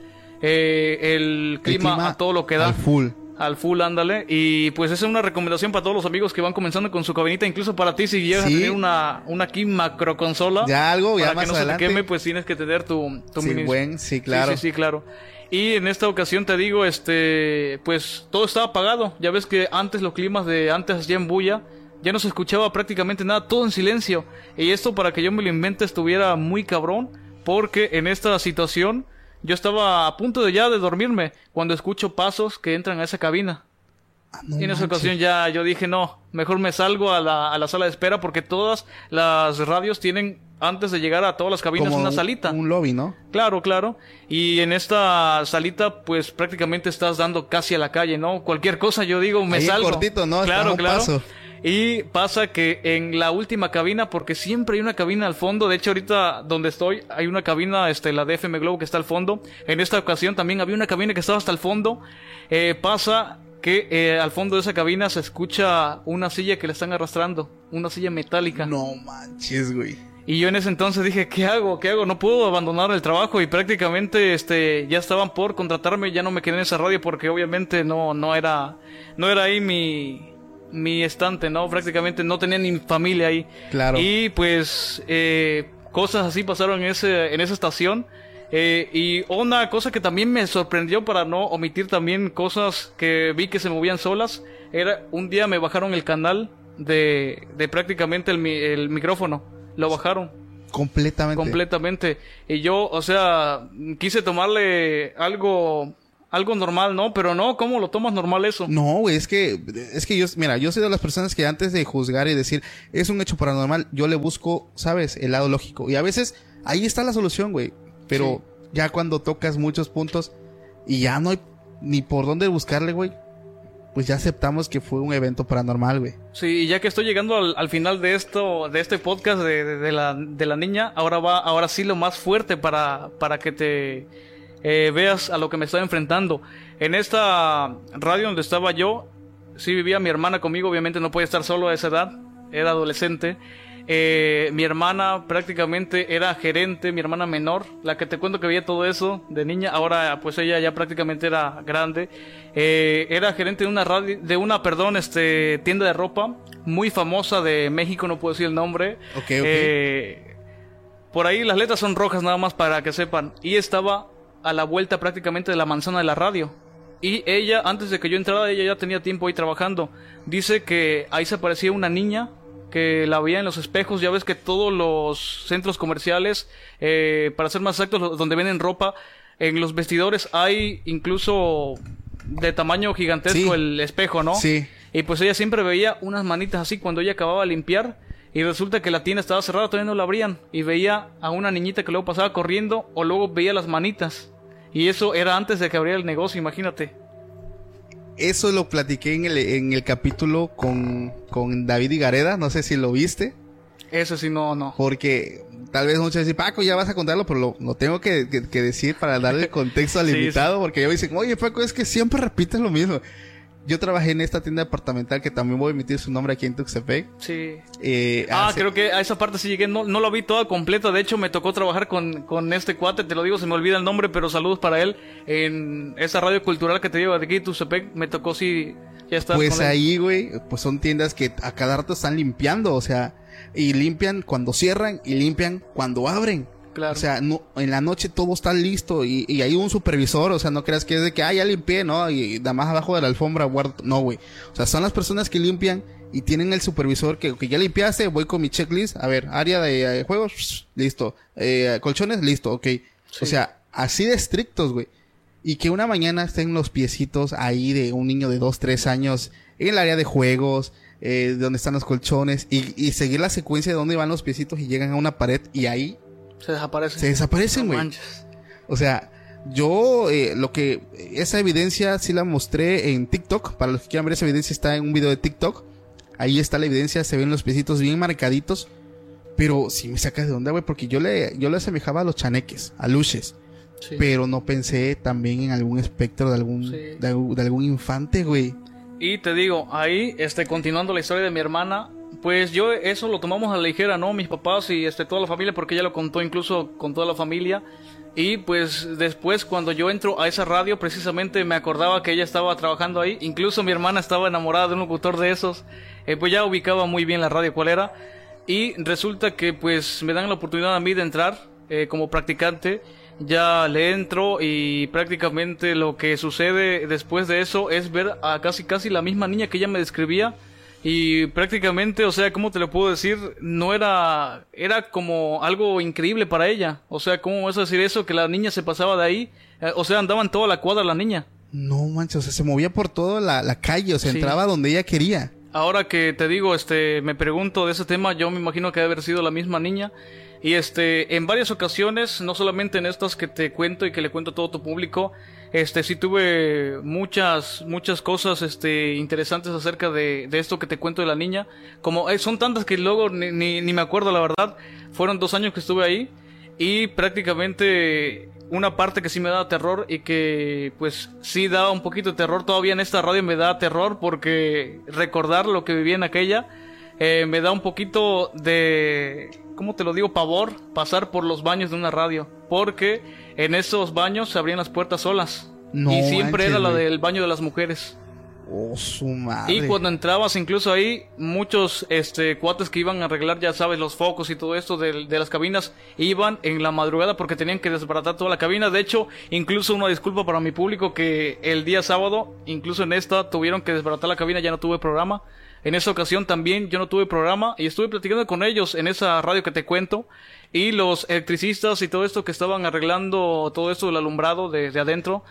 el clima a todo lo que da. Al full, ándale. Y pues esa es una recomendación para todos los amigos que van comenzando con su cabinita. Incluso para ti, si llegas a tener una aquí macro consola. Ya algo, ya para más que no adelante. se te queme, pues tienes que tener tu mini. Sí, claro. Sí, claro. Y en esta ocasión te digo, pues todo estaba apagado. Ya ves que antes los climas de antes hacían bulla. Ya no se escuchaba prácticamente nada, todo en silencio. Y esto, para que yo me lo invente, estuviera muy cabrón. Porque en esta situación yo estaba a punto de dormirme cuando escucho pasos que entran a esa cabina. Y en esa ocasión ya yo dije, no, mejor me salgo a la sala de espera, porque todas las radios tienen, antes de llegar a todas las cabinas, como una salita. Un lobby, ¿no? Claro. Y en esta salita, pues prácticamente estás dando casi a la calle, ¿no? Cualquier cosa, yo digo, me salgo. Cortito, ¿no? Claro. Paso. Y pasa que en la última cabina, porque siempre hay una cabina al fondo, de hecho ahorita donde estoy hay una cabina, la de FM Globo, que está al fondo. En esta ocasión también había una cabina que estaba hasta el fondo. Pasa que al fondo de esa cabina se escucha una silla que le están arrastrando, una silla metálica. No manches, güey. Y yo en ese entonces dije, ¿qué hago? No puedo abandonar el trabajo. Y prácticamente ya estaban por contratarme. Ya no me quedé en esa radio porque obviamente no era ahí mi estante, ¿no? Prácticamente no tenía ni familia ahí. Claro. Y pues cosas así pasaron en esa estación. Y una cosa que también me sorprendió, para no omitir también cosas que vi que se movían solas, era un día me bajaron el canal de prácticamente el micrófono. Lo bajaron. Completamente. Y yo, quise tomarle algo normal, ¿no? Pero no, ¿cómo lo tomas normal eso? No, güey, es que yo soy de las personas que antes de juzgar y decir, es un hecho paranormal, yo le busco, ¿sabes? El lado lógico. Y a veces, ahí está la solución, güey. Pero ya cuando tocas muchos puntos y ya no hay ni por dónde buscarle, güey, pues ya aceptamos que fue un evento paranormal, güey. Sí, y ya que estoy llegando al final de este podcast de la niña, ahora sí lo más fuerte para que te veas a lo que me estoy enfrentando. En esta radio donde estaba yo, sí vivía mi hermana conmigo, obviamente no podía estar solo a esa edad, era adolescente. Mi hermana prácticamente era gerente, mi hermana menor, la que te cuento que veía todo eso de niña. Ahora pues ella ya prácticamente era grande. Era gerente de una tienda de ropa muy famosa de México, no puedo decir el nombre. Okay. Por ahí las letras son rojas, nada más para que sepan. Y estaba a la vuelta prácticamente de la manzana de la radio. Y ella, antes de que yo entrara, ella ya tenía tiempo ahí trabajando. Dice que ahí se aparecía una niña que la veía en los espejos. Ya ves que todos los centros comerciales, para ser más exactos, donde venden ropa, en los vestidores hay incluso de tamaño gigantesco el espejo, ¿no? Sí. Y pues ella siempre veía unas manitas así cuando ella acababa de limpiar. y resulta que la tienda estaba cerrada, todavía no la abrían, y veía a una niñita que luego pasaba corriendo, o luego veía las manitas, y eso era antes de que abriera el negocio, imagínate. Eso lo platiqué en el capítulo con David Higareda, no sé si lo viste. Eso sí, no. Porque tal vez muchos dicen, Paco, ya vas a contarlo, pero lo tengo que decir para darle contexto al Sí, invitado, porque ellos dicen, oye, Paco, es que siempre repites lo mismo. Yo trabajé en esta tienda departamental que también voy a emitir su nombre aquí en Tuxtepec. Sí. Hace- Creo que a esa parte sí llegué, no la vi toda completa, de hecho me tocó trabajar con este cuate, te lo digo, se me olvida el nombre, pero saludos para él, en esa radio cultural que te digo de aquí, Tuxtepec, me tocó sí, ya estar Pues con él. ahí, güey, pues son tiendas que a cada rato están limpiando, o sea, y limpian cuando cierran y limpian cuando abren. Claro. O sea, no, en la noche todo está listo y hay un supervisor, o sea, no creas que es de que, ya limpié, ¿no? Y nada más abajo de la alfombra guardo. No, güey. O sea, son las personas que limpian y tienen el supervisor que ya limpiaste, voy con mi checklist, a ver, área de juegos, listo. Colchones, listo, ok. O sea, así de estrictos, güey. Y que una mañana estén los piecitos ahí de un niño de 2, 3 años en el área de juegos, donde están los colchones, y seguir la secuencia de dónde van los piecitos y llegan a una pared y ahí Se desaparece. se desaparecen, No güey. manches. O sea, yo esa evidencia sí la mostré en TikTok. Para los que quieran ver esa evidencia, está en un video de TikTok. Ahí está la evidencia, se ven los piecitos bien marcaditos. Pero sí me sacas de onda, güey, porque yo le asemejaba a los chaneques, a luches. Sí. Pero no pensé también en algún espectro de algún, Sí. de algún infante, güey. Y te digo, ahí, continuando la historia de mi hermana, pues yo eso lo tomamos a la ligera, ¿no? Mis papás y toda la familia, porque ella lo contó incluso con toda la familia. Y pues después cuando yo entro a esa radio, precisamente me acordaba que ella estaba trabajando ahí. Incluso mi hermana estaba enamorada de un locutor de esos. Pues ya ubicaba muy bien la radio cuál era. Y resulta que pues me dan la oportunidad a mí de entrar como practicante. Ya le entro y prácticamente lo que sucede después de eso es ver a casi la misma niña que ella me describía. Y prácticamente, o sea, ¿cómo te lo puedo decir? No era como algo increíble para ella. O sea, ¿cómo vas a decir eso? Que la niña se pasaba de ahí. O sea, andaba en toda la cuadra la niña. No manches, o sea, se movía por toda la calle, o sea, Sí. entraba donde ella quería. Ahora que te digo, me pregunto de ese tema, yo me imagino que debe haber sido la misma niña. Y en varias ocasiones, no solamente en estas que te cuento y que le cuento a todo tu público, sí tuve muchas cosas, interesantes acerca de esto que te cuento de la niña. Como, son tantas que luego ni me acuerdo, la verdad. Fueron 2 años que estuve ahí y prácticamente una parte que sí me daba terror y que pues sí daba un poquito de terror. Todavía en esta radio me da terror porque recordar lo que vivía en aquella me da un poquito de, ¿cómo te lo digo? Pavor pasar por los baños de una radio, porque en esos baños se abrían las puertas solas. No Y siempre manches, era la güey. del baño de las mujeres. Oh, su madre. Y cuando entrabas incluso ahí, muchos cuates que iban a arreglar, ya sabes, los focos y todo esto de las cabinas, iban en la madrugada porque tenían que desbaratar toda la cabina. De hecho, incluso una disculpa para mi público que el día sábado, incluso en esta, tuvieron que desbaratar la cabina, ya no tuve programa. En esa ocasión también yo no tuve programa y estuve platicando con ellos en esa radio que te cuento. Y los electricistas y todo esto que estaban arreglando todo esto del alumbrado de adentro,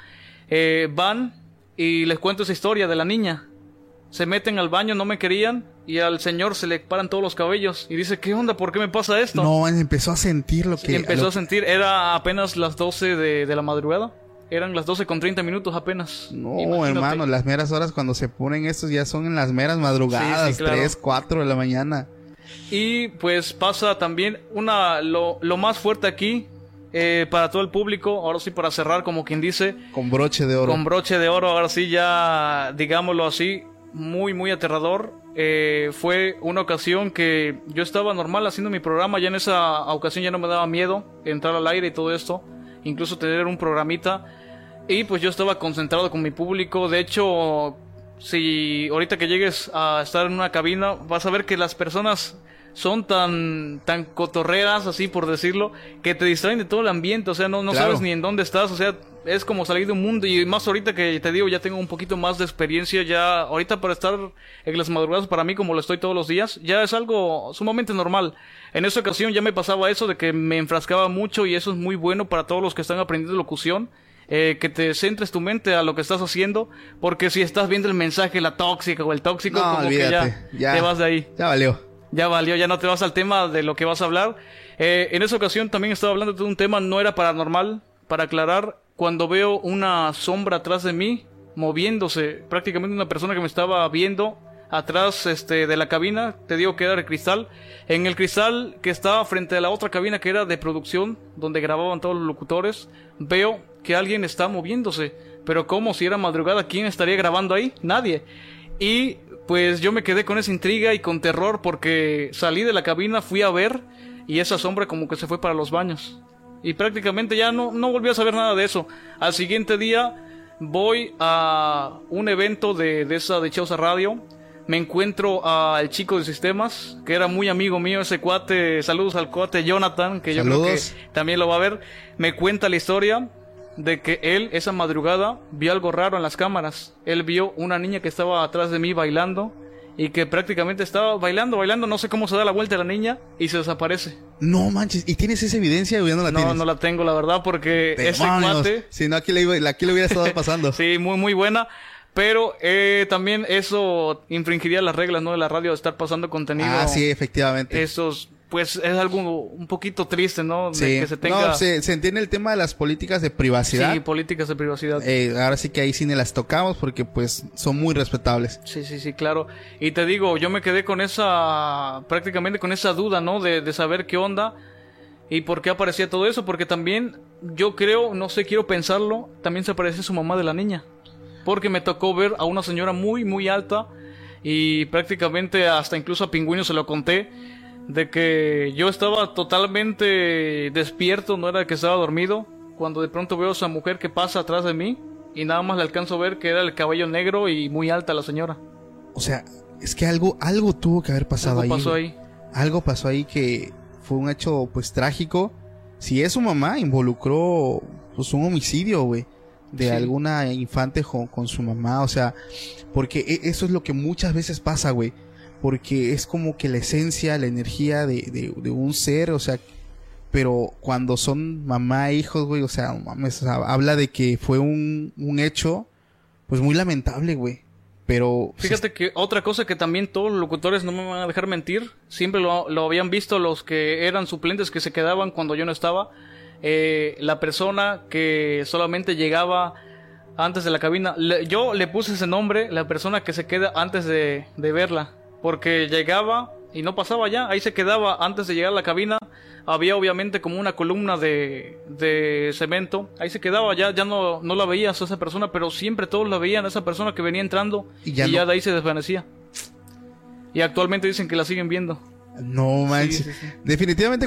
van y les cuento esa historia de la niña. Se meten al baño, no me querían, y al señor se le paran todos los cabellos. Y dice, ¿qué onda? ¿Por qué me pasa esto? No, empezó a sentir lo que... Empezó a sentir, era apenas las 12 de la madrugada. Eran las 12:30 apenas. No, Imagínate. hermano, las meras horas cuando se ponen estos ya son en las meras madrugadas, Sí, sí, claro. 3, 4 de la mañana. Y pues pasa también lo más fuerte aquí, para todo el público, ahora sí para cerrar, como quien dice, Con broche de oro. con broche de oro, ahora sí ya, digámoslo así, muy aterrador. Fue una ocasión que yo estaba normal haciendo mi programa, ya en esa ocasión ya no me daba miedo entrar al aire y todo esto, incluso tener un programita, y pues yo estaba concentrado con mi público. De hecho, si ahorita que llegues a estar en una cabina, vas a ver que las personas son tan cotorreras, así por decirlo, que te distraen de todo el ambiente. O sea, no Claro. sabes ni en dónde estás. O sea, es como salir de un mundo. Y más ahorita que te digo, ya tengo un poquito más de experiencia. Ya ahorita para estar en las madrugadas, para mí, como lo estoy todos los días, ya es algo sumamente normal. En esa ocasión ya me pasaba eso de que me enfrascaba mucho, y eso es muy bueno para todos los que están aprendiendo locución. Que te centres tu mente a lo que estás haciendo, porque si estás viendo el mensaje, la tóxica o el tóxico, No, como olvídate, que ya te vas de ahí. Ya valió. Ya valió, ya no te vas al tema de lo que vas a hablar. En esa ocasión también estaba hablando de un tema, no era paranormal, para aclarar, cuando veo una sombra atrás de mí, moviéndose, prácticamente una persona que me estaba viendo atrás de la cabina, te digo que era el cristal, en el cristal que estaba frente a la otra cabina que era de producción, donde grababan todos los locutores, veo que alguien está moviéndose, pero como si era madrugada, ¿quién estaría grabando ahí? Nadie. Y pues yo me quedé con esa intriga y con terror porque salí de la cabina, fui a ver y esa sombra como que se fue para los baños. Y prácticamente ya no volví a saber nada de eso. Al siguiente día voy a un evento de esa dichosa radio. Me encuentro al chico de sistemas, que era muy amigo mío, ese cuate. Saludos al cuate Jonathan, que yo creo que también lo va a ver. Me cuenta la historia de que él, esa madrugada, vio algo raro en las cámaras. Él vio una niña que estaba atrás de mí bailando y que prácticamente estaba bailando, no sé cómo se da la vuelta la niña y se desaparece. No manches, ¿y tienes esa evidencia o ya no la tienes? No la tengo, la verdad, porque ese cuate... Si no, aquí le hubiera estado pasando. Sí, muy buena. Pero también eso infringiría las reglas, ¿no? De la radio, de estar pasando contenido. Ah, sí, efectivamente. Esos, pues es algo un poquito triste, ¿no? Sí. De que se tenga... No, se entiende el tema de las políticas de privacidad. Sí, políticas de privacidad. Ahora sí que ahí sí ne las tocamos porque pues son muy respetables. Sí, claro. Y te digo, yo me quedé con prácticamente con esa duda, ¿no? De saber qué onda y por qué aparecía todo eso. Porque también, yo creo, no sé, quiero pensarlo, también se aparece su mamá de la niña. Porque me tocó ver a una señora muy alta y prácticamente hasta incluso a Pingüino se lo conté, de que yo estaba totalmente despierto, no era que estaba dormido, cuando de pronto veo a esa mujer que pasa atrás de mí y nada más le alcanzo a ver que era el cabello negro y muy alta la señora. O sea, es que algo tuvo que haber pasado ahí. Algo pasó ahí que fue un hecho pues trágico. Si es su mamá, involucró pues un homicidio, güey. De alguna infante con su mamá, o sea, porque eso es lo que muchas veces pasa, güey, porque es como que la esencia, la energía de un ser, o sea, pero cuando son mamá e hijos, güey, o sea, mames, o sea, habla de que fue un hecho, pues muy lamentable, güey, pero... Fíjate que otra cosa que también todos los locutores no me van a dejar mentir, siempre lo habían visto los que eran suplentes que se quedaban cuando yo no estaba. La persona que solamente llegaba antes de la cabina, yo le puse ese nombre, la persona que se queda antes de verla, porque llegaba y no pasaba ya, ahí se quedaba antes de llegar a la cabina. Había obviamente como una columna de cemento, ahí se quedaba, ya no la veías a esa persona, pero siempre todos la veían a esa persona que venía entrando y ya de ahí se desvanecía. Y actualmente dicen que la siguen viendo. No manches. Sí. Definitivamente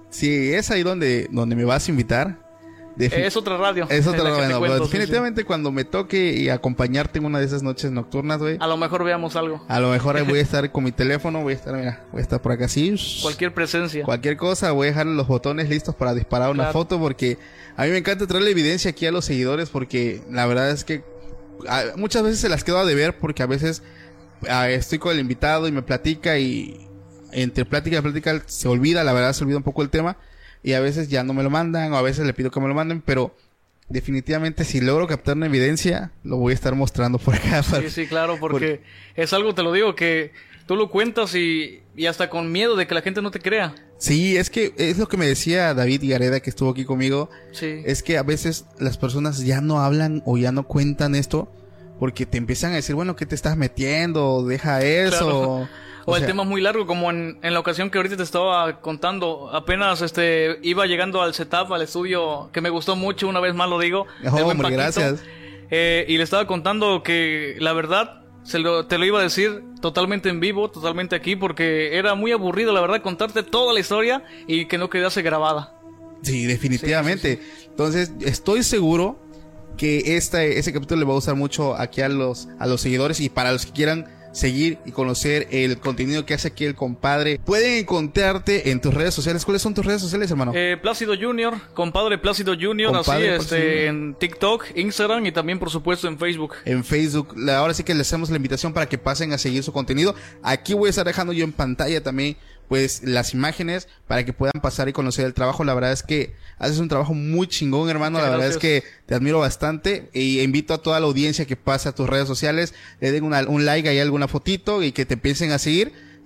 si es ahí donde me vas a invitar. Es otra radio. Es otra radio. Pero definitivamente cuando me toque y acompañarte en una de esas noches nocturnas, güey. A lo mejor veamos algo. A lo mejor ahí voy a estar con mi teléfono, voy a estar por acá así. Cualquier presencia. Cualquier cosa, voy a dejar los botones listos para disparar una foto porque a mí me encanta traerle evidencia aquí a los seguidores porque la verdad es que muchas veces se las quedo a deber porque a veces estoy con el invitado y me platica y entre plática y plática se olvida un poco el tema y a veces ya no me lo mandan o a veces le pido que me lo manden, pero definitivamente si logro captar una evidencia lo voy a estar mostrando por acá. Sí, claro, porque es algo, te lo digo, que tú lo cuentas y hasta con miedo de que la gente no te crea. Sí, es que es lo que me decía David Gareda, que estuvo aquí conmigo. Sí. Es que a veces las personas ya no hablan o ya no cuentan esto porque te empiezan a decir, bueno, ¿qué te estás metiendo? Deja eso. Claro. O el tema es muy largo, como en la ocasión que ahorita te estaba contando. Apenas iba llegando al setup, al estudio, que me gustó mucho, una vez más lo digo. Hombre, gracias. Y le estaba contando que la verdad, te lo iba a decir totalmente en vivo, totalmente aquí, porque era muy aburrido, la verdad, contarte toda la historia y que no quedase grabada. Sí, definitivamente. Sí. Entonces, estoy seguro que ese capítulo le va a gustar mucho aquí a los seguidores y para los que quieran seguir y conocer el contenido que hace aquí el compadre. Pueden encontrarte en tus redes sociales. ¿Cuáles son tus redes sociales, hermano? Plácido Junior, compadre Plácido Junior, compadre, así en TikTok, Instagram y también por supuesto en Facebook. En Facebook, ahora sí que les hacemos la invitación para que pasen a seguir su contenido. Aquí voy a estar dejando yo en pantalla también pues las imágenes para que puedan pasar y conocer el trabajo. La verdad es que haces un trabajo muy chingón, hermano. La verdad es que te admiro bastante y invito a toda la audiencia que pase a tus redes sociales, le den un like ahí, alguna fotito y que te empiecen a seguir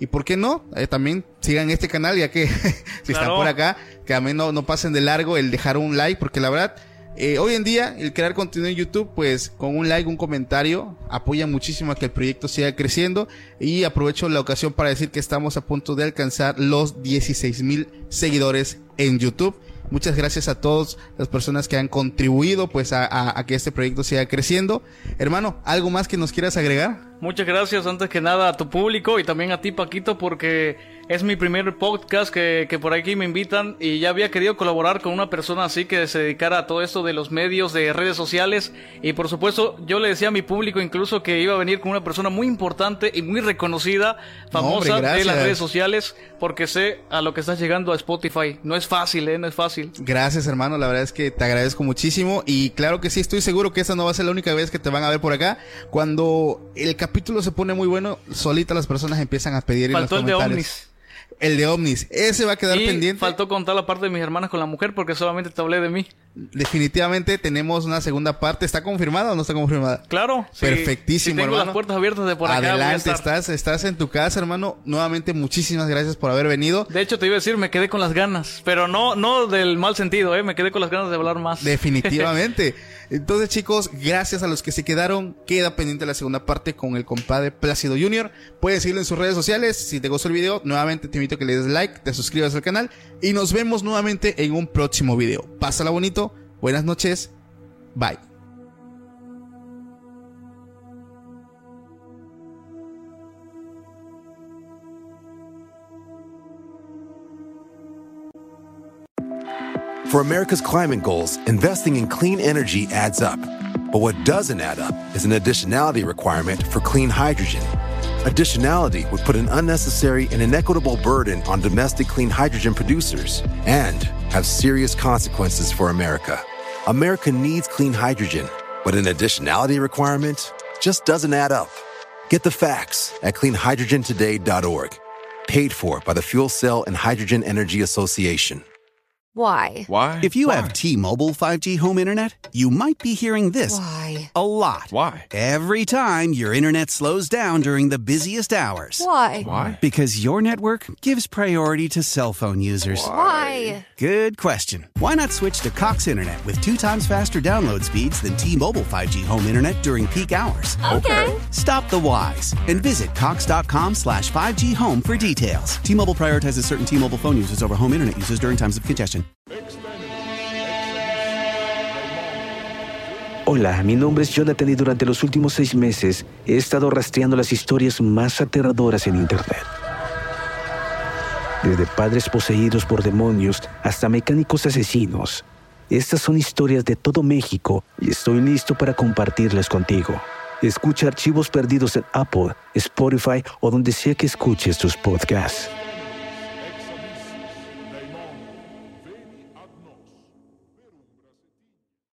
Y por qué no, también sigan este canal, ya que si están por acá, que a mí no pasen de largo el dejar un like, porque la verdad, hoy en día el crear contenido en YouTube, pues con un like, un comentario, apoya muchísimo a que el proyecto siga creciendo. Y aprovecho la ocasión para decir que estamos a punto de alcanzar los 16,000 seguidores en YouTube. Muchas gracias a todas las personas que han contribuido pues a que este proyecto siga creciendo. Hermano, ¿algo más que nos quieras agregar? Muchas gracias antes que nada a tu público y también a ti, Paquito, porque es mi primer podcast que por aquí me invitan y ya había querido colaborar con una persona así que se dedicara a todo esto de los medios, de redes sociales. Y por supuesto, yo le decía a mi público incluso que iba a venir con una persona muy importante y muy reconocida, famosa de las redes sociales, porque sé a lo que estás llegando a Spotify. No es fácil, no es fácil. Gracias, hermano, la verdad es que te agradezco muchísimo y claro que sí, estoy seguro que esta no va a ser la única vez que te van a ver por acá. Cuando el capítulo se pone muy bueno, solita las personas empiezan a pedir en los comentarios. Faltó el de Omnis. El de Omnis, ese va a quedar pendiente. Faltó contar la parte de mis hermanas con la mujer porque solamente te hablé de mí. Definitivamente tenemos una segunda parte. ¿Está confirmada o no está confirmada? Claro. Perfectísimo, tengo hermano. Las puertas abiertas de por acá. Adelante, estás en tu casa, hermano. Nuevamente, muchísimas gracias por haber venido. De hecho, te iba a decir, me quedé con las ganas. Pero no del mal sentido, me quedé con las ganas de hablar más. Definitivamente. Entonces, chicos, gracias a los que se quedaron. Queda pendiente la segunda parte con el compadre Plácido Jr. Puedes seguirlo en sus redes sociales. Si te gustó el video, nuevamente te invito a que le des like, te suscribas al canal y nos vemos nuevamente en un próximo video. Pásala bonito. Buenas noches. Bye. For America's climate goals, investing in clean energy adds up. But what doesn't add up is an additionality requirement for clean hydrogen. Additionality would put an unnecessary and inequitable burden on domestic clean hydrogen producers and have serious consequences for America. America needs clean hydrogen, but an additionality requirement just doesn't add up. Get the facts at cleanhydrogentoday.org. Paid for by the Fuel Cell and Hydrogen Energy Association. Why? Why? If you have T-Mobile 5G home internet, you might be hearing this Why? a lot. Why? Every time your internet slows down during the busiest hours. Why? Why? Because your network gives priority to cell phone users. Why? Good question. Why not switch to Cox Internet with 2 times faster download speeds than T-Mobile 5G home internet during peak hours? Okay. Stop the whys and visit cox.com/5G home for details. T-Mobile prioritizes certain T-Mobile phone users over home internet users during times of congestion. Hola, mi nombre es Jonathan y durante los últimos 6 meses he estado rastreando las historias más aterradoras en Internet. Desde padres poseídos por demonios hasta mecánicos asesinos. Estas son historias de todo México y estoy listo para compartirlas contigo. Escucha Archivos Perdidos en Apple, Spotify o donde sea que escuches tus podcasts.